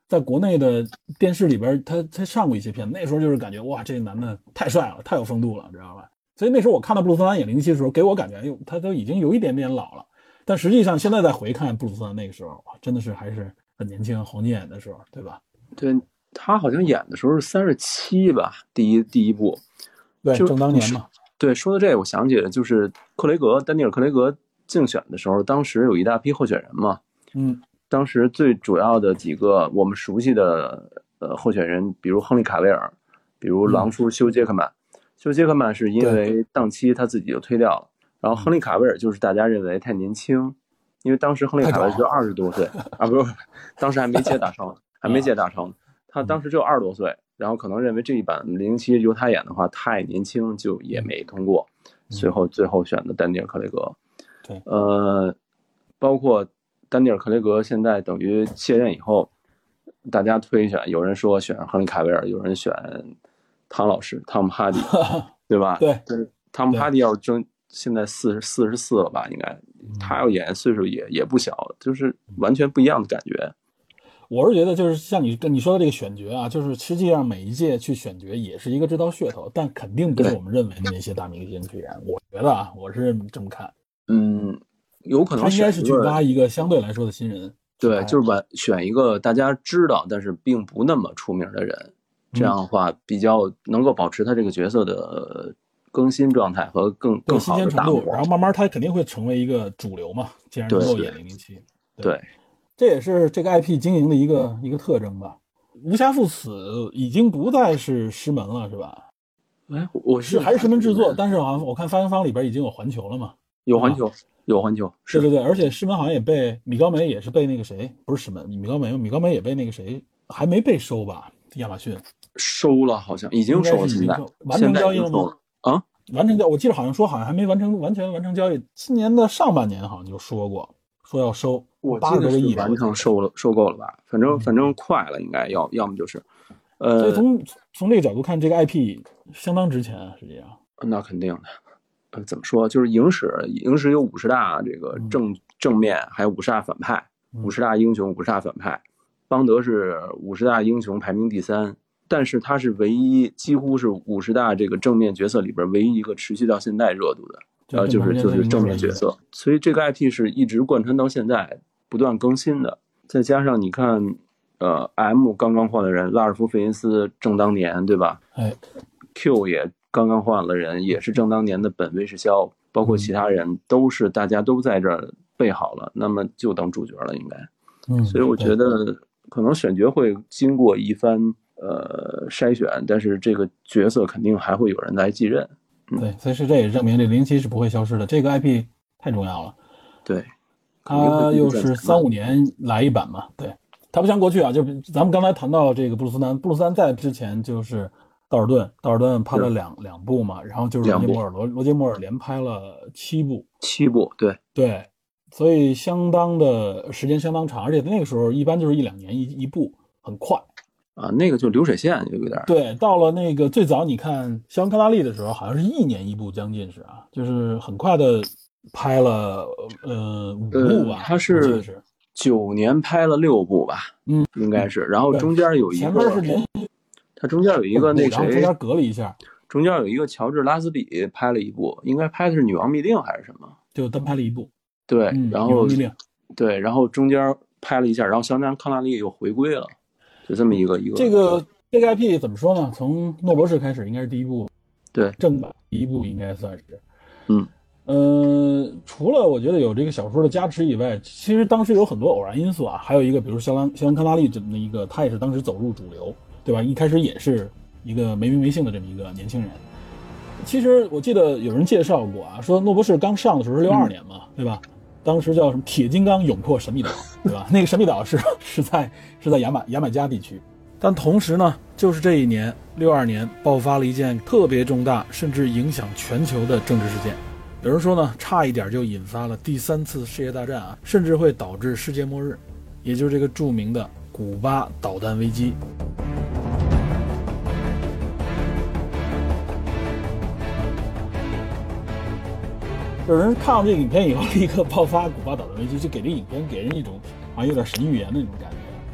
在国内的电视里边他他上过一些片，那时候就是感觉哇，这男的太帅了，太有风度了，知道吧？所以那时候我看到布鲁斯南演零零七的时候，给我感觉，哎呦，他都已经有一点点老了。但实际上现在再回看布鲁斯南那个时候，哇，真的是还是很年轻、黄金眼的时候，对吧？ 对，他好像演的时候是三十七吧，第一第一部， 对，正当年嘛。 对，说到这个，我想起来就是克雷格，丹尼尔·克雷格竞选的时候，当时有一大批候选人嘛， 嗯， 当时最主要的几个我们熟悉的呃候选人，比如亨利·卡维尔，比如狼叔休·杰克曼。嗯休·杰克曼是因为档期他自己就推掉了，然后亨利·卡维尔就是大家认为太年轻，因为当时亨利·卡维尔就二十多岁啊，不是，当时还没接大成，还没接大成，他当时只有二十多岁，然后可能认为这一版零零七由他演的话太年轻，就也没通过，随后最后选的丹尼尔·克雷格。 对， 呃，包括丹尼尔·克雷格现在等于卸任以后，大家推选，有人说选亨利·卡维尔，有人选汤老师汤姆哈迪，对吧？ 对， 汤姆哈迪要争，现在四十四十四了吧？应该他要演岁数也也不小，就是完全不一样的感觉。 我是觉得就是像你跟你说的这个选角啊，就是实际上每一届去选角也是一个这道噱头，但肯定不是我们认为的那些大明星去演。我觉得啊，我是这么看。 嗯，有可能他应该是去挖一个相对来说的新人。 对，就是把选一个大家知道但是并不那么出名的人。这样的话比较能够保持他这个角色的更新状态和更更好的打磨， 然后慢慢他肯定会成为一个主流嘛，既然能够演零零七。 对， 这也是这个 I P 经营的一个一个特征吧。无暇父子已经不再是狮门了，是吧？ 哎，我是还是狮门制作，但是好像我看发行方里边已经有环球了嘛， 有环球，有环球， 对对对，而且狮门好像也被米高梅也是被那个谁，不是狮门，米高梅，米高梅也被那个谁还没被收吧？亚马逊收了，好像已经收了，现在完成交易了吗？ 啊， 完成交，我记得好像说好像还没完成完全完成交易，今年的上半年好像就说过说要收， 我记得是完成收了收购了吧？反正反正快了，应该要要么就是，呃， 所以从从这个角度看，这个 I P 相当值钱啊，实际上。 那肯定的，呃，怎么说？就是影史影史有五十大这个正正面，还有五十大反派，五十大英雄，五十大反派。邦德是五十大英雄排名第三，但是他是唯一几乎是五十大这个正面角色里边唯一一个持续到现在热度的，呃，就是就是正面角色，所以这个 I P 是一直贯穿到现在，不断更新的。再加上你看，呃 ，M 刚刚换了人，拉尔夫·费因斯正当年，对吧？ 哎 ，Q 也刚刚换了人，也是正当年的本威士肖，包括其他人都是大家都在这儿备好了，那么就等主角了，应该。 嗯， 所以我觉得。可能选角会经过一番呃筛选，但是这个角色肯定还会有人来继任。 嗯、对，所以是这也证明这零零七是不会消失的，这个 I P 太重要了。 对， 它又是三五年来一版嘛，对，它不像过去啊，就咱们刚才谈到这个布鲁斯南，布鲁斯南在之前就是道尔顿，道尔顿拍了两两部嘛，然后就是罗杰摩尔罗罗杰摩尔连拍了七部， 七部，对对。所以相当的时间相当长，而且那个时候一般就是一两年一一部，很快啊。那个就流水线有点。 对，到了那个最早你看肖恩康纳利的时候，好像是一年一部，将近是啊，就是很快的拍了呃五部吧。 呃、他是九年拍了六部吧， 嗯， 应该是。然后中间有一个， 前面是连， 他中间有一个那谁， 中间隔了一下， 中间有一个乔治拉斯比拍了一部，应该拍的是《女王密令》还是什么？ 就单拍了一部。 对， 嗯、 然后密令对，然后中间拍了一下，然后肖恩康纳利又回归了，就这么一个一个。 这个这个 I P 怎么说呢？从诺博士开始应该是第一部， 对， 正版第一部应该算是。 嗯， 呃，除了我觉得有这个小说的加持以外，其实当时有很多偶然因素啊，还有一个比如肖恩肖恩康纳利这么一个，他也是当时走入主流，对吧？一开始也是一个没名没姓的这么一个年轻人。其实我记得有人介绍过啊，说诺博士刚上的时候是六二年嘛，嗯、对吧？当时叫什么铁金刚勇破神秘岛，对吧？那个神秘岛是是在是在牙买牙买加地区，但同时呢，就是这一年六二年爆发了一件特别重大，甚至影响全球的政治事件。有人说呢，差一点就引发了第三次世界大战啊，甚至会导致世界末日，也就是这个著名的古巴导弹危机。有人看到这个影片以后立刻爆发古巴导弹危机，就给这影片给人一种好像有点神预言的那种感觉。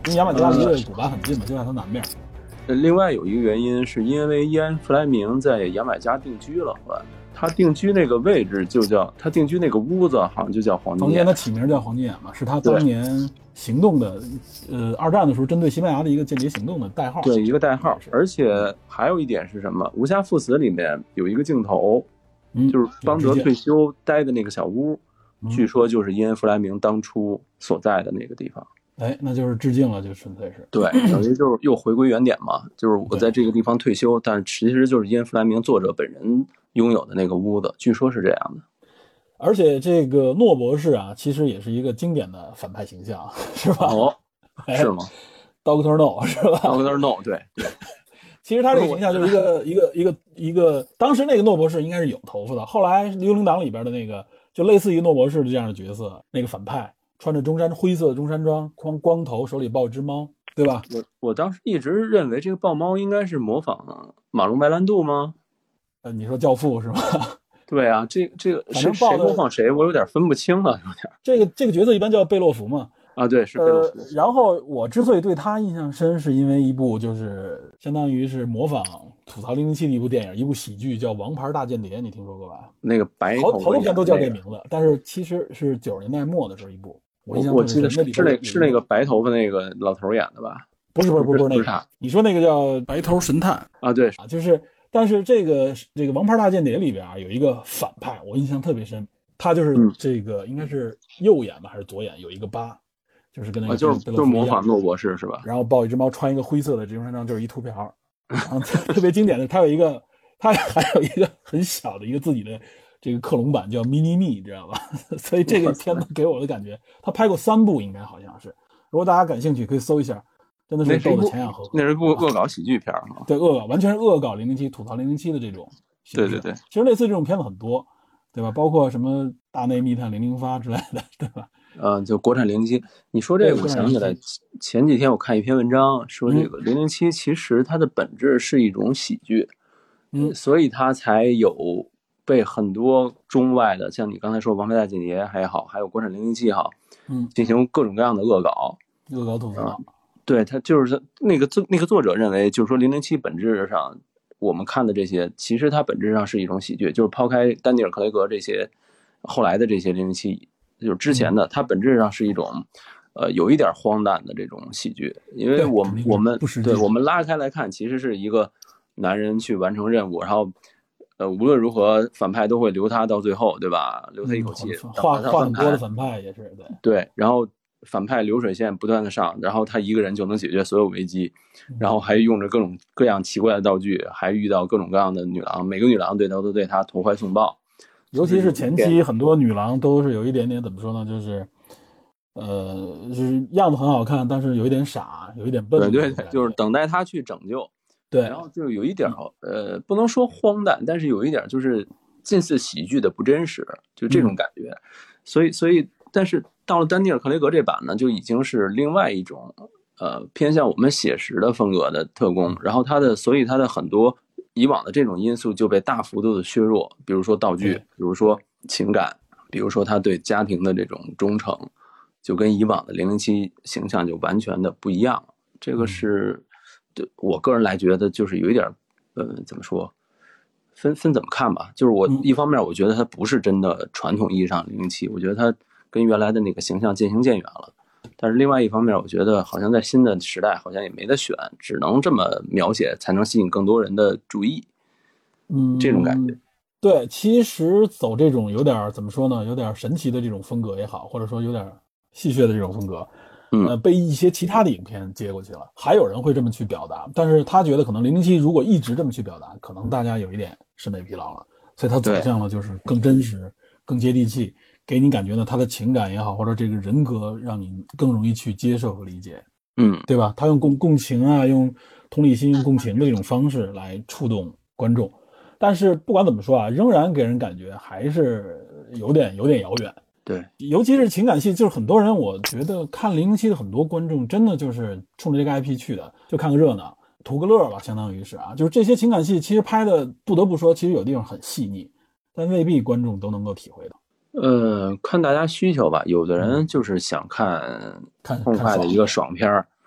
因为牙买加离古巴很近嘛，就在它南面。 另外有一个原因是因为伊安·弗莱明在牙买加定居了，后来他定居那个位置就叫他定居那个屋子好像就叫黄金眼。 房间他起名叫黄金眼嘛，是他当年行动的，呃，二战的时候针对西班牙的一个间谍行动的代号。 对，一个代号。而且还有一点是什么？《无暇赴死》里面有一个镜头， 嗯、 就是邦德退休待的那个小屋， 嗯、 据说就是伊恩·弗莱明当初所在的那个地方。 哎，那就是致敬了，就纯粹是对，等于就是又回归原点嘛，就是我在这个地方退休，但其实就是伊恩·弗莱明作者本人拥有的那个屋子，据说是这样的。 而且这个诺博士啊，其实也是一个经典的反派形象，是吧？ 哦，是吗 ？Doctor No 是吧 ？Doctor No， 对对。 其实他这个形象就是一个一个一个一个，当时那个诺博士应该是有头发的，后来《幽灵党》里边的那个就类似于诺博士这样的角色，那个反派。穿着中山灰色的中山装，光光头，手里抱一只猫，对吧？ 我我当时一直认为这个抱猫应该是模仿马龙白兰度吗？ 呃，你说教父是吗？ 对啊，这这个谁谁模仿谁，我有点分不清了，有点。 这个这个角色一般叫贝洛福嘛。 啊，对，是贝洛福。 呃、然后我之所以对他印象深，是因为一部就是相当于是模仿吐槽零零七的一部电影，一部喜剧叫《王牌大间谍》，你听说过吧？ 那个白头好好多片都叫这名字，但是其实是九十年代末的时候一部。我印象我记得是是那是那个白头发那个老头演的吧？ 不是不是不是那个，你说那个叫白头神探啊？对啊，就是，但是这个这个《王牌大间谍》里边啊有一个反派，我印象特别深，他就是这个、嗯、应该是右眼吧还是左眼有一个疤，就是跟那个、 啊、就是就是模仿诺博士是吧？ 然后抱一只猫，穿一个灰色的中山装，就是一秃瓢，然后特别经典的，他有一个他还有一个很小的一个自己的。这个克隆版叫 Mini Me， 知道吧？所以这个片子给我的感觉，他拍过三部，应该好像是。如果大家感兴趣，可以搜一下，真的是逗得前仰后合。 那是部恶搞喜剧片嘛？ 对，恶搞，完全是恶搞零零七，吐槽零零七的这种。 对对对， 其实类似这种片子很多，对吧？包括什么大内密探零零发之类的，对吧？ 呃，就国产零零七。你说这个，我想起来，前几天我看一篇文章，说这个零零七其实它的本质是一种喜剧， 嗯， 所以它才有。被很多中外的，像你刚才说《王牌大间谍》还好，还有国产零零七也好， 嗯， 进行各种各样的恶搞， 恶搞吐槽。 对，他就是那个作那个作者认为，就是说零零七本质上我们看的这些，其实它本质上是一种喜剧，就是抛开丹尼尔·克雷格这些后来的这些零零七，就是之前的，它本质上是一种呃有一点荒诞的这种喜剧，因为我们我们对我们拉开来看，其实是一个男人去完成任务，然后。呃，无论如何，反派都会留他到最后，对吧？留他一口气。 嗯、话话很多的反派也是对。 对，然后反派流水线不断的上，然后他一个人就能解决所有危机，然后还用着各种各样奇怪的道具，还遇到各种各样的女郎，每个女郎对他都对他投怀送抱。 尤其是前期，很多女郎都是有一点点怎么说呢？就是，呃，就是样子很好看，但是有一点傻，有一点笨。 对对对，就是等待他去拯救。 对， 然后就有一点呃，不能说荒诞，但是有一点就是近似喜剧的不真实，就这种感觉。嗯、所以，所以，但是到了丹尼尔·克雷格这版呢，就已经是另外一种呃偏向我们写实的风格的特工。然后他的，所以他的很多以往的这种因素就被大幅度的削弱，比如说道具，比如说情感，比如说他对家庭的这种忠诚，就跟以往的零零七形象就完全的不一样了。这个是。嗯我个人来觉得就是有一点呃怎么说分分怎么看吧，就是我一方面我觉得它不是真的传统意义上零零七，我觉得它跟原来的那个形象渐行渐远了，但是另外一方面我觉得好像在新的时代好像也没得选，只能这么描写才能吸引更多人的注意， 嗯， 这种感觉。 对，其实走这种有点怎么说呢，有点神奇的这种风格也好，或者说有点戏谑的这种风格呃，被一些其他的影片接过去了，还有人会这么去表达，但是他觉得可能零零七如果一直这么去表达，可能大家有一点审美疲劳了，所以他走向了就是更真实、更接地气，给你感觉呢，他的情感也好，或者这个人格让你更容易去接受和理解， 嗯， 对吧？他用共共情啊，用同理心、用共情的这种方式来触动观众，但是不管怎么说啊，仍然给人感觉还是有点有点遥远。 对， 尤其是情感戏，就是很多人，我觉得看零零七的很多观众真的就是冲着这个 I P 去的，就看个热闹，图个乐吧，相当于是啊。就是这些情感戏，其实拍的不得不说，其实有地方很细腻，但未必观众都能够体会到。 呃，看大家需求吧，有的人就是想看痛快的一个爽片儿，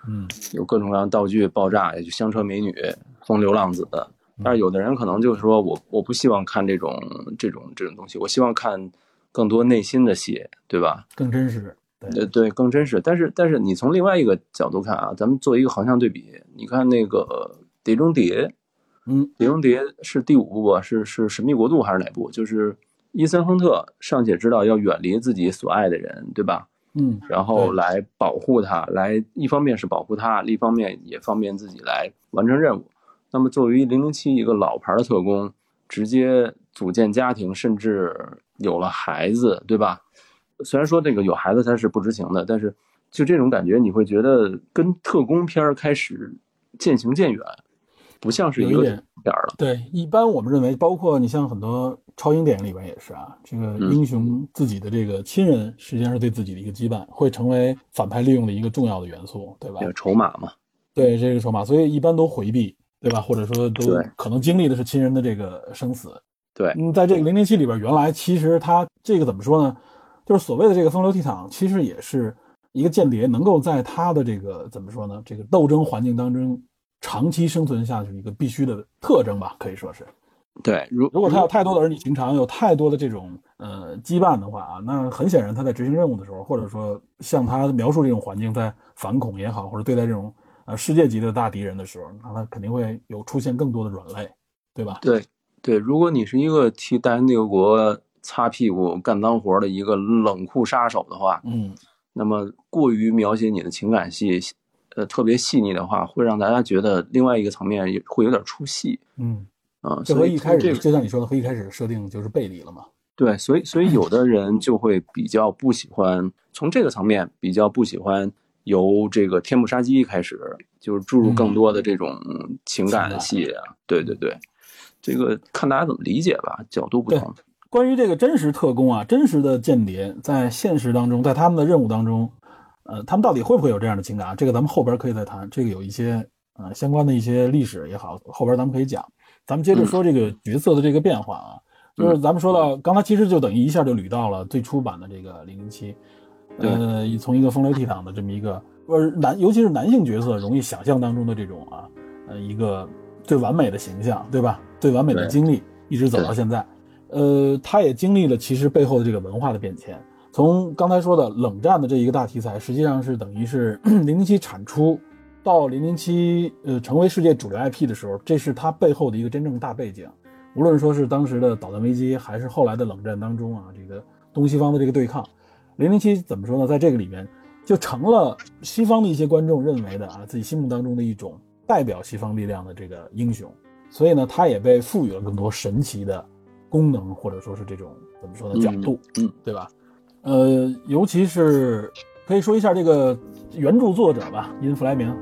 嗯， 有各种各样道具爆炸，也就香车美女、风流浪子。但是有的人可能就是说我我不希望看这种这种这种东西，我希望看更多内心的戏，对吧？ 更真实。 对对，更真实。但是但是你从另外一个角度看啊，咱们做一个横向对比，你看那个《碟中谍》， 嗯， 《碟中谍》是第五部吧？是是《神秘国度》还是哪部？就是伊森亨特尚且知道要远离自己所爱的人，对吧？ 嗯， 然后来保护他，来一方面是保护他，另一方面也方便自己来完成任务。那么作为零零七一个老牌的特工，直接组建家庭，甚至有了孩子，对吧？虽然说这个有孩子他是不知情的，但是就这种感觉，你会觉得跟特工片开始渐行渐远，不像是一个片了。 对，一般我们认为，包括你像很多超英电影里边也是啊，这个英雄自己的这个亲人，实际上是对自己的一个羁绊，会成为反派利用的一个重要的元素，对吧？ 这个筹码嘛。 对，这个筹码，所以一般都回避，对吧？或者说都可能经历的是亲人的这个生死。 对， 嗯，在这个零零七里边，原来其实他这个怎么说呢？就是所谓的这个风流倜傥，其实也是一个间谍能够在他的这个怎么说呢？这个斗争环境当中长期生存下去一个必须的特征吧，可以说是。 对，如如果他有太多的儿女情长，有太多的这种呃羁绊的话啊，那很显然他在执行任务的时候，或者说像他描述这种环境，在反恐也好，或者对待这种呃世界级的大敌人的时候，那他肯定会有出现更多的软肋，对吧？ 对对，如果你是一个替大英帝国擦屁股干脏活的一个冷酷杀手的话， 嗯， 那么过于描写你的情感戏，呃，特别细腻的话，会让大家觉得另外一个层面也会有点出戏。 嗯啊、呃， 这和一开始、 这个、 就像你说的，和一开始设定就是背离了嘛。 对，所以所以有的人就会比较不喜欢，从这个层面比较不喜欢由这个天幕杀机开始，就是注入更多的这种情感戏啊。嗯、对对对。这个看大家怎么理解吧，角度不同。 关于这个真实特工啊，真实的间谍在现实当中，在他们的任务当中，呃，他们到底会不会有这样的情感啊？这个咱们后边可以再谈。这个有一些呃相关的一些历史也好，后边咱们可以讲。咱们接着说这个角色的这个变化啊，嗯、就是咱们说到刚才其实就等于一下就捋到了最初版的这个零零七，呃，从一个风流倜傥的这么一个，呃男，尤其是男性角色容易想象当中的这种啊，呃，一个最完美的形象，对吧？最完美的经历，一直走到现在，呃，他也经历了其实背后的这个文化的变迁。从刚才说的冷战的这一个大题材，实际上是等于是零零七产出到零零七呃成为世界主流 I P 的时候，这是它背后的一个真正大背景。无论说是当时的导弹危机，还是后来的冷战当中啊，这个东西方的这个对抗，零零七怎么说呢？在这个里面就成了西方的一些观众认为的啊，自己心目当中的一种代表西方力量的这个英雄。所以呢，它也被赋予了更多神奇的功能，或者说是这种怎么说呢，角度， 嗯，嗯对吧？呃，尤其是可以说一下这个原著作者吧，因弗莱明。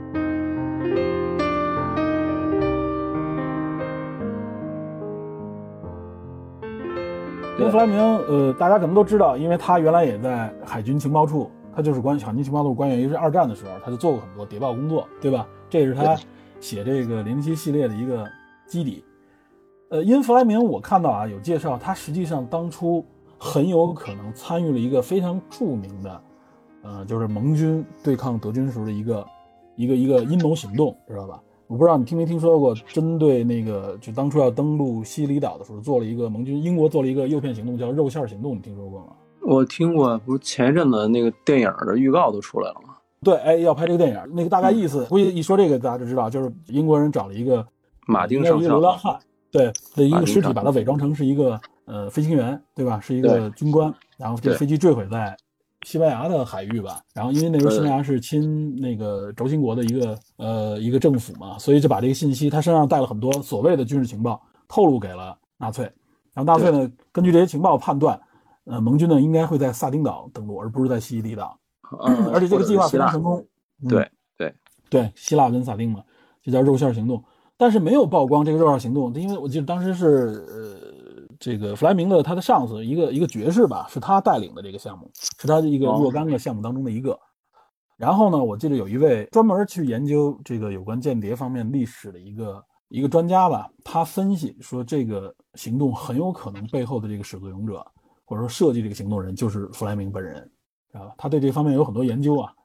因弗莱明，呃，大家可能都知道，因为他原来也在海军情报处，他就是关海军情报处官员，尤其是二战的时候，他就做过很多谍报工作，对吧？这也是他写这个零零七系列的一个基底。呃，因弗莱明我看到啊有介绍，他实际上当初很有可能参与了一个非常著名的，呃，就是盟军对抗德军时候的一个一个一个阴谋行动，知道吧？我不知道你听没听说过，针对那个就当初要登陆西里岛的时候，做了一个盟军英国做了一个诱骗行动，叫肉馅行动，你听说过吗？ 我听过，不是前一阵子那个电影的预告都出来了吗？ 对，哎，要拍这个电影，那个大概意思，估计一说这个大家就知道，就是英国人找了一个马丁上校， 一个流浪汉，对的一个尸体，把它伪装成是一个呃飞行员，对吧？是一个军官，然后这个飞机坠毁在西班牙的海域吧。然后因为那时候西班牙是亲那个轴心国的一个呃一个政府嘛，所以就把这个信息，他身上带了很多所谓的军事情报，透露给了纳粹。然后纳粹呢，根据这些情报判断，呃，盟军呢应该会在萨丁岛登陆，而不是在西西里岛。 嗯， 而且这个计划非常成功。 对对对，希腊跟萨丁嘛，这叫肉馅行动。但是没有曝光这个肉馅行动，因为我记得当时是呃这个弗莱明的他的上司一个一个爵士吧，是他带领的这个项目，是他的一个若干个项目当中的一个。然后呢，我记得有一位专门去研究这个有关间谍方面历史的一个一个专家吧，他分析说这个行动很有可能背后的这个始作俑者或者说设计这个行动人就是弗莱明本人。啊，他对这方面有很多研究啊，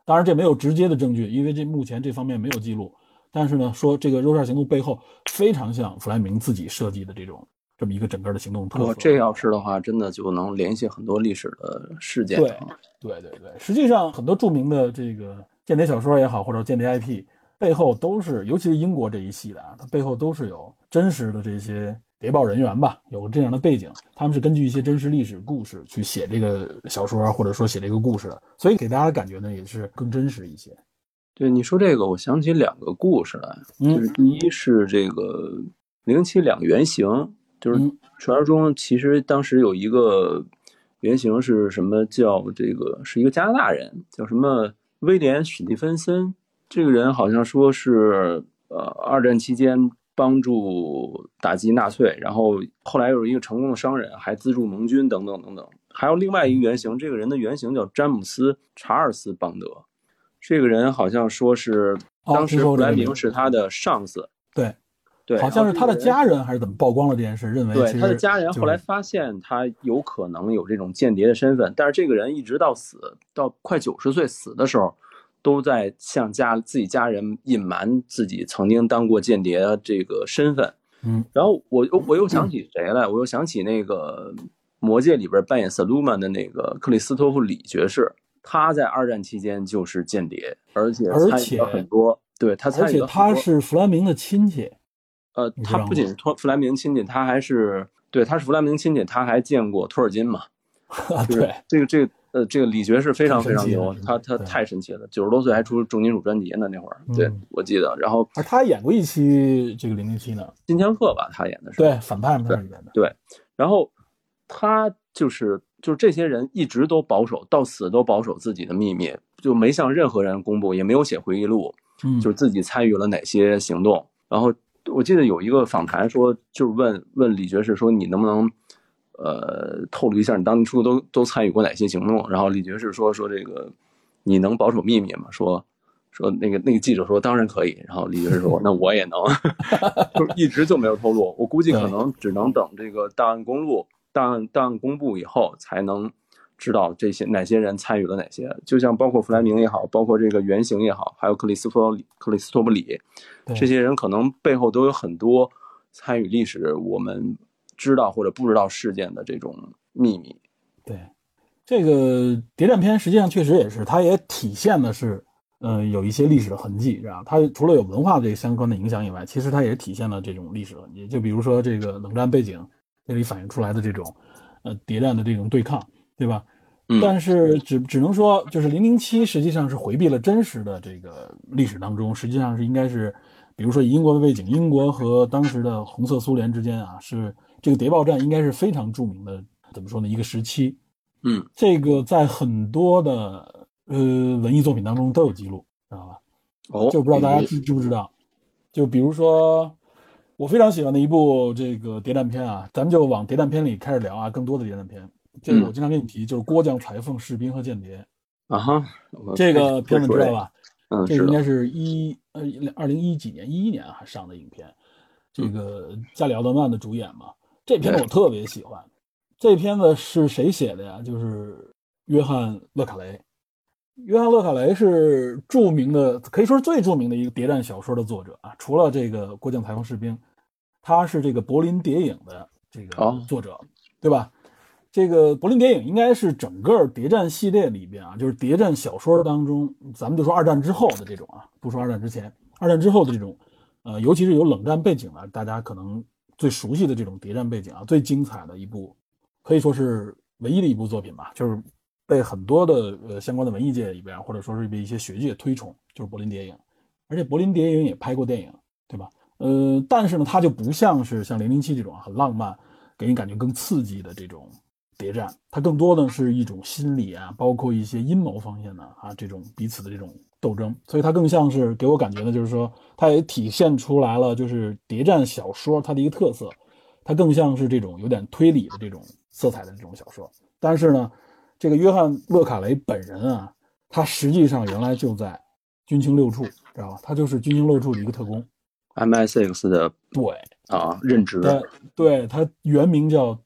当然这没有直接的证据，因为这目前这方面没有记录。但是呢，说这个肉扇行动背后非常像弗莱明自己设计的这种这么一个整个的行动特色。 哦，这要是的话，真的就能联系很多历史的事件。 对，对对对，实际上很多著名的这个间谍小说也好，或者间谍 I P 背后都是，尤其是英国这一系的啊，它背后都是有真实的这些谍报人员吧，有这样的背景，他们是根据一些真实历史故事去写这个小说，或者说写这个故事的，所以给大家的感觉呢也是更真实一些。 对，你说这个，我想起两个故事来，就是第一是这个零零七两个原型，就是传说中其实当时有一个原型是什么，叫这个是一个加拿大人，叫什么威廉史蒂芬森，这个人好像说是呃二战期间帮助打击纳粹，然后后来又是一个成功的商人，还资助盟军等等等等。还有另外一个原型，这个人的原型叫詹姆斯·查尔斯·邦德。这个人好像说是当时弗莱明是他的上司， 哦、对对， 好像是他的家人还是怎么曝光了这件事，认为对他的家人后来发现他有可能有这种间谍的身份，但是这个人一直到死，到快九十岁死的时候，都在向家自己家人隐瞒自己曾经当过间谍的这个身份。 嗯， 然后我我又想起谁来，我又想起那个《魔戒》里边扮演萨鲁曼的那个克里斯托弗里爵士。他在二战期间就是间谍，而且参与了很多，对他参与了很多， 而且他是弗莱明的亲戚。 呃，他不仅是弗莱明亲戚，他还是对，他是弗莱明亲戚，他还见过托尔金嘛。 对， 这个这个呃，这个李爵士非常非常牛，他他太神奇了，九十多岁还出重金属专辑呢，那会儿，对、嗯、我记得。然后， 而他演过一期这个零零七呢， 金枪客吧，他演的是对反派嘛，他演的对。然后他就是。就是这些人一直都保守，到死都保守自己的秘密，就没向任何人公布，也没有写回忆录， 嗯， 就是自己参与了哪些行动。然后我记得有一个访谈说，就是问问李爵士说，你能不能呃透露一下你当初都都参与过哪些行动？然后李爵士说说这个你能保守秘密吗？说说那个那个记者说当然可以。然后李爵士说那我也能，就一直就没有透露。我估计可能只能等这个档案公路。档案档案公布以后，才能知道这些哪些人参与了哪些。就像包括弗莱明也好，包括这个原型也好，还有克里斯托克里斯托布里，这些人可能背后都有很多参与历史我们知道或者不知道事件的这种秘密。 对，这个谍战片实际上确实也是，它也体现的是，呃，有一些历史的痕迹，是吧？它除了有文化这个相关的影响以外，其实它也体现了这种历史痕迹。就比如说这个冷战背景。这里反映出来的这种，呃，谍战的这种对抗，对吧？ 嗯、 但是只只能说，就是零零七实际上是回避了真实的这个历史当中，实际上是应该是，比如说以英国的背景，英国和当时的红色苏联之间啊，是这个谍报战应该是非常著名的，怎么说呢？一个时期。 嗯， 这个在很多的呃文艺作品当中都有记录，知道吧？ 哦， 就不知道大家知知不知道？就比如说。我非常喜欢的一部这个谍战片啊，咱们就往谍战片里开始聊啊，更多的谍战片。这个我经常跟你提，就是《郭将裁缝、士兵和间谍》 啊哈， 这个片子知道吧？ 嗯， 这个应该是一呃二零一几年一一年还上的影片，这个加里奥德曼的主演嘛。这片子我特别喜欢。这片子是谁写的呀？就是约翰·勒卡雷。约翰·勒卡雷是著名的，可以说是最著名的一个谍战小说的作者啊。除了这个《郭将裁缝士兵》，他是这个柏林谍影的这个作者，哦、对吧？这个柏林谍影应该是整个谍战系列里边啊，就是谍战小说当中，咱们就说二战之后的这种啊，不说二战之前，二战之后的这种，呃，尤其是有冷战背景的，大家可能最熟悉的这种谍战背景啊，最精彩的一部，可以说是唯一的一部作品吧，就是。被很多的呃相关的文艺界里边，或者说是被一些学界推崇，就是柏林谍影，而且柏林谍影也拍过电影，对吧？呃，但是呢，它就不像是像零零七这种很浪漫，给你感觉更刺激的这种谍战，它更多的是一种心理啊，包括一些阴谋方面的啊这种彼此的这种斗争，所以它更像是给我感觉呢，就是说它也体现出来了就是谍战小说它的一个特色，它更像是这种有点推理的这种色彩的这种小说，但是呢。这个约翰·勒卡雷本人啊，他实际上原来就在军情六处，知道吧？他就是军情六处的一个特工 ，M I six 的对啊任职。 对，他原名叫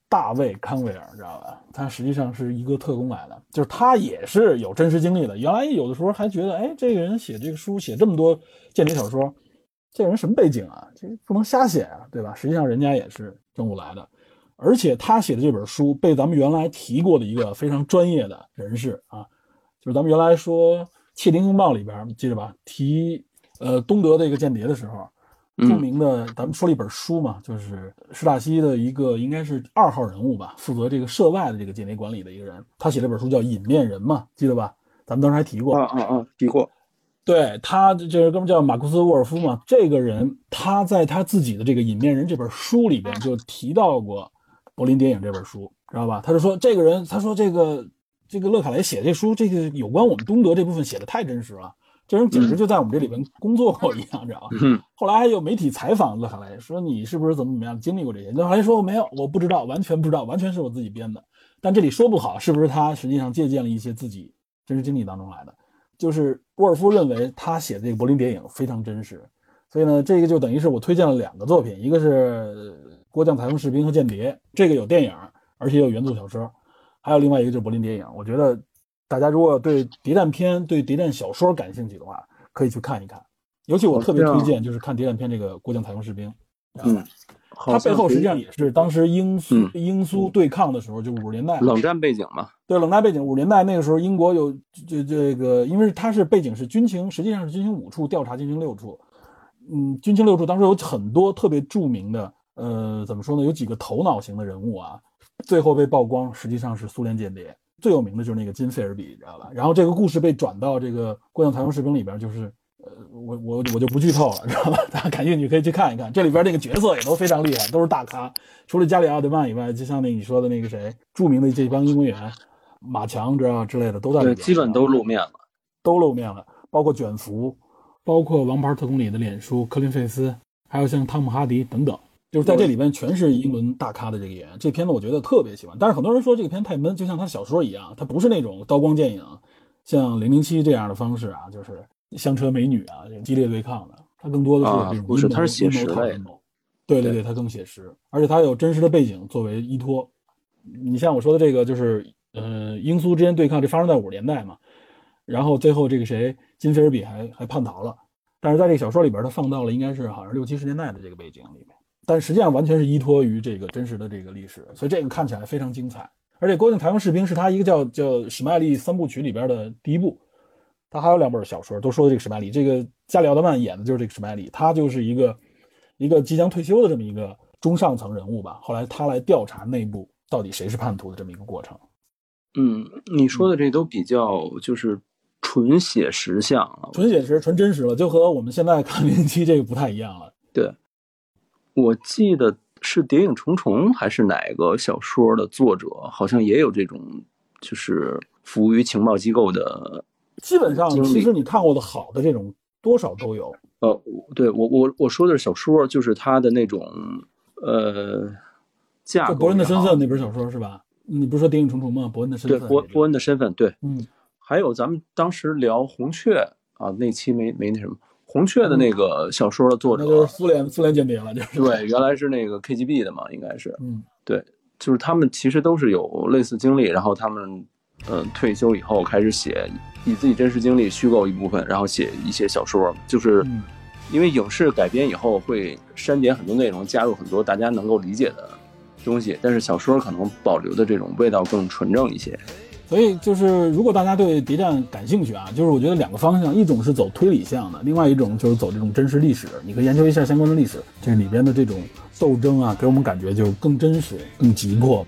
大卫康维尔，知道吧？他实际上是一个特工来的，就是他也是有真实经历的。原来有的时候还觉得，哎，这个人写这个书写这么多间谍小说，这个人什么背景啊？这不能瞎写啊，对吧？实际上人家也是政务来的，而且他写的这本书被咱们原来提过的一个非常专业的人士啊，就是咱们原来说《窃听风暴》里边记得吧？提呃东德的一个间谍的时候。著名的，咱们说了一本书嘛，就是施大西的一个应该是二号人物吧，负责这个涉外的这个间谍管理的一个人，他写了本书叫《隐面人》嘛，记得吧？咱们当时还提过。 啊啊啊，提过。 对，他这个哥们叫马库斯·沃尔夫嘛，这个人他在他自己的这个《隐面人》这本书里边就提到过柏林谍影这本书，知道吧？他就说这个人，他说这个这个勒卡雷写这书，这个有关我们东德这部分写的太真实了。这人简直就在我们这里边工作过一样，知道吧？ 嗯。 后来还有媒体采访勒卡雷，说你是不是怎么怎么样经历过这些？勒卡雷说没有，我不知道，完全不知道，完全是我自己编的。但这里说不好是不是他实际上借鉴了一些自己真实经历当中来的。就是沃尔夫认为他写的这个柏林谍影非常真实，所以呢，这个就等于是我推荐了两个作品，一个是郭将、台风士兵和间谍，这个有电影，而且有原著小说，还有另外一个就是柏林谍影。我觉得。大家如果对谍战片、对谍战小说感兴趣的话，可以去看一看。尤其我特别推荐就是看谍战片这个《郭将台风士兵》。 嗯， 它背后实际上也是当时英苏、嗯、英苏对抗的时候，就五十年代冷战背景嘛。 对，冷战背景，五十年代那个时候，英国有这这个，因为它是背景是军情，实际上是军情五处调查军情六处。嗯，军情六处当时有很多特别著名的，呃，怎么说呢？有几个头脑型的人物啊，最后被曝光，实际上是苏联间谍。最有名的就是那个金费尔比，知道吧？然后这个故事被转到这个《郭将台风士兵》里边，就是呃，我我我就不剧透了，知道吧？大家感兴趣可以去看一看，这里边那个角色也都非常厉害，都是大咖。除了加里奥德曼以外，就像那你说的那个谁，著名的这帮英文演员，马强知道之类的都在里边， 对，基本都露面了， 都露面了，包括卷福，包括《王牌特工》里的脸书科林费斯，还有像汤姆哈迪等等。就是在这里边全是英伦大咖的这个演员，这片子我觉得特别喜欢。但是很多人说这个片太闷，就像他小说一样，它不是那种刀光剑影，像零零七这样的方式啊，就是香车美女啊，激烈对抗的。它更多的是这种不是，它是写实的。 对对对，它更写实，而且它有真实的背景作为依托。你像我说的这个，就是呃，英苏之间对抗，这发生在五十年代嘛，然后最后这个谁金菲尔比还还叛逃了，但是在这个小说里边，它放到了应该是好像六七十年代的这个背景里面。但实际上完全是依托于这个真实的这个历史，所以这个看起来非常精彩。而且《郭将台风士兵》是他一个叫叫史麦利三部曲里边的第一部，他还有两本小说都说的这个史麦利，这个加里奥德曼演的就是这个史麦利，他就是一个一个即将退休的这么一个中上层人物吧，后来他来调查内部到底谁是叛徒的这么一个过程。 嗯，你说的这都比较就是纯写实像了， 纯写实纯真实了，就和我们现在看零零七这个不太一样了。 对，我记得是《谍影重重》还是哪个小说的作者，好像也有这种就是服务于情报机构的。 基本上，其实你看过的好的这种多少都有。 呃，对我我我说的是小说，就是他的那种呃架构。 伯恩的身份那本小说是吧？你不是说《谍影重重》吗？伯恩的身份。 对，伯伯恩的身份，对， 嗯。 还有咱们当时聊红雀啊，那期没没那什么。红雀的那个小说的作者， 那就是苏联苏联间谍了，就是对，原来是那个 K G B 的嘛，应该是， 嗯， 对，就是他们其实都是有类似经历，然后他们嗯退休以后开始写，以自己真实经历虚构一部分，然后写一些小说，就是因为影视改编以后会删减很多内容，加入很多大家能够理解的东西，但是小说可能保留的这种味道更纯正一些。 所以就是如果大家对谍战感兴趣啊，就是我觉得两个方向，一种是走推理向的，另外一种就是走这种真实历史，你可以研究一下相关的历史，这里边的这种斗争啊，给我们感觉就更真实更急迫。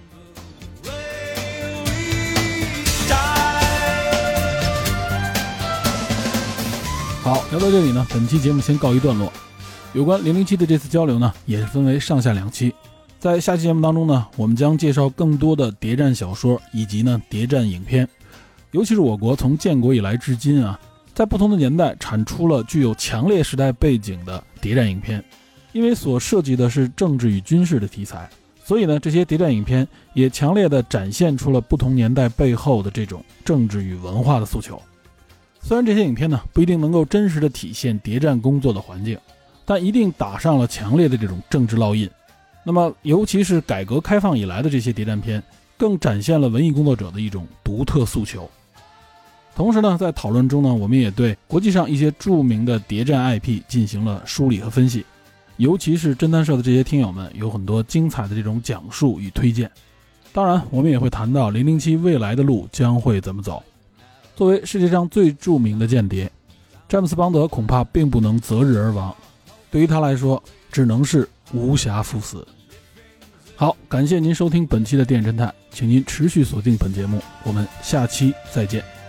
好，聊到这里呢，本期节目先告一段落。有关零零七的这次交流呢，也是分为上下两期。在下期节目当中呢，我们将介绍更多的谍战小说以及呢谍战影片，尤其是我国从建国以来至今啊，在不同的年代产出了具有强烈时代背景的谍战影片。因为所涉及的是政治与军事的题材，所以呢，这些谍战影片也强烈地展现出了不同年代背后的这种政治与文化的诉求。虽然这些影片呢不一定能够真实地体现谍战工作的环境，但一定打上了强烈的这种政治烙印。 那么尤其是改革开放以来的这些谍战片，更展现了文艺工作者的一种独特诉求。同时呢，在讨论中呢，我们也对国际上一些著名的谍战 I P 进行了梳理和分析，尤其是侦探社的这些听友们有很多精彩的这种讲述与推荐。当然我们也会谈到零零七未来的路将会怎么走。作为世界上最著名的间谍，詹姆斯邦德恐怕并不能择日而亡，对于他来说只能是无暇赴死。好，感谢您收听本期的电影侦探，请您持续锁定本节目，我们下期再见。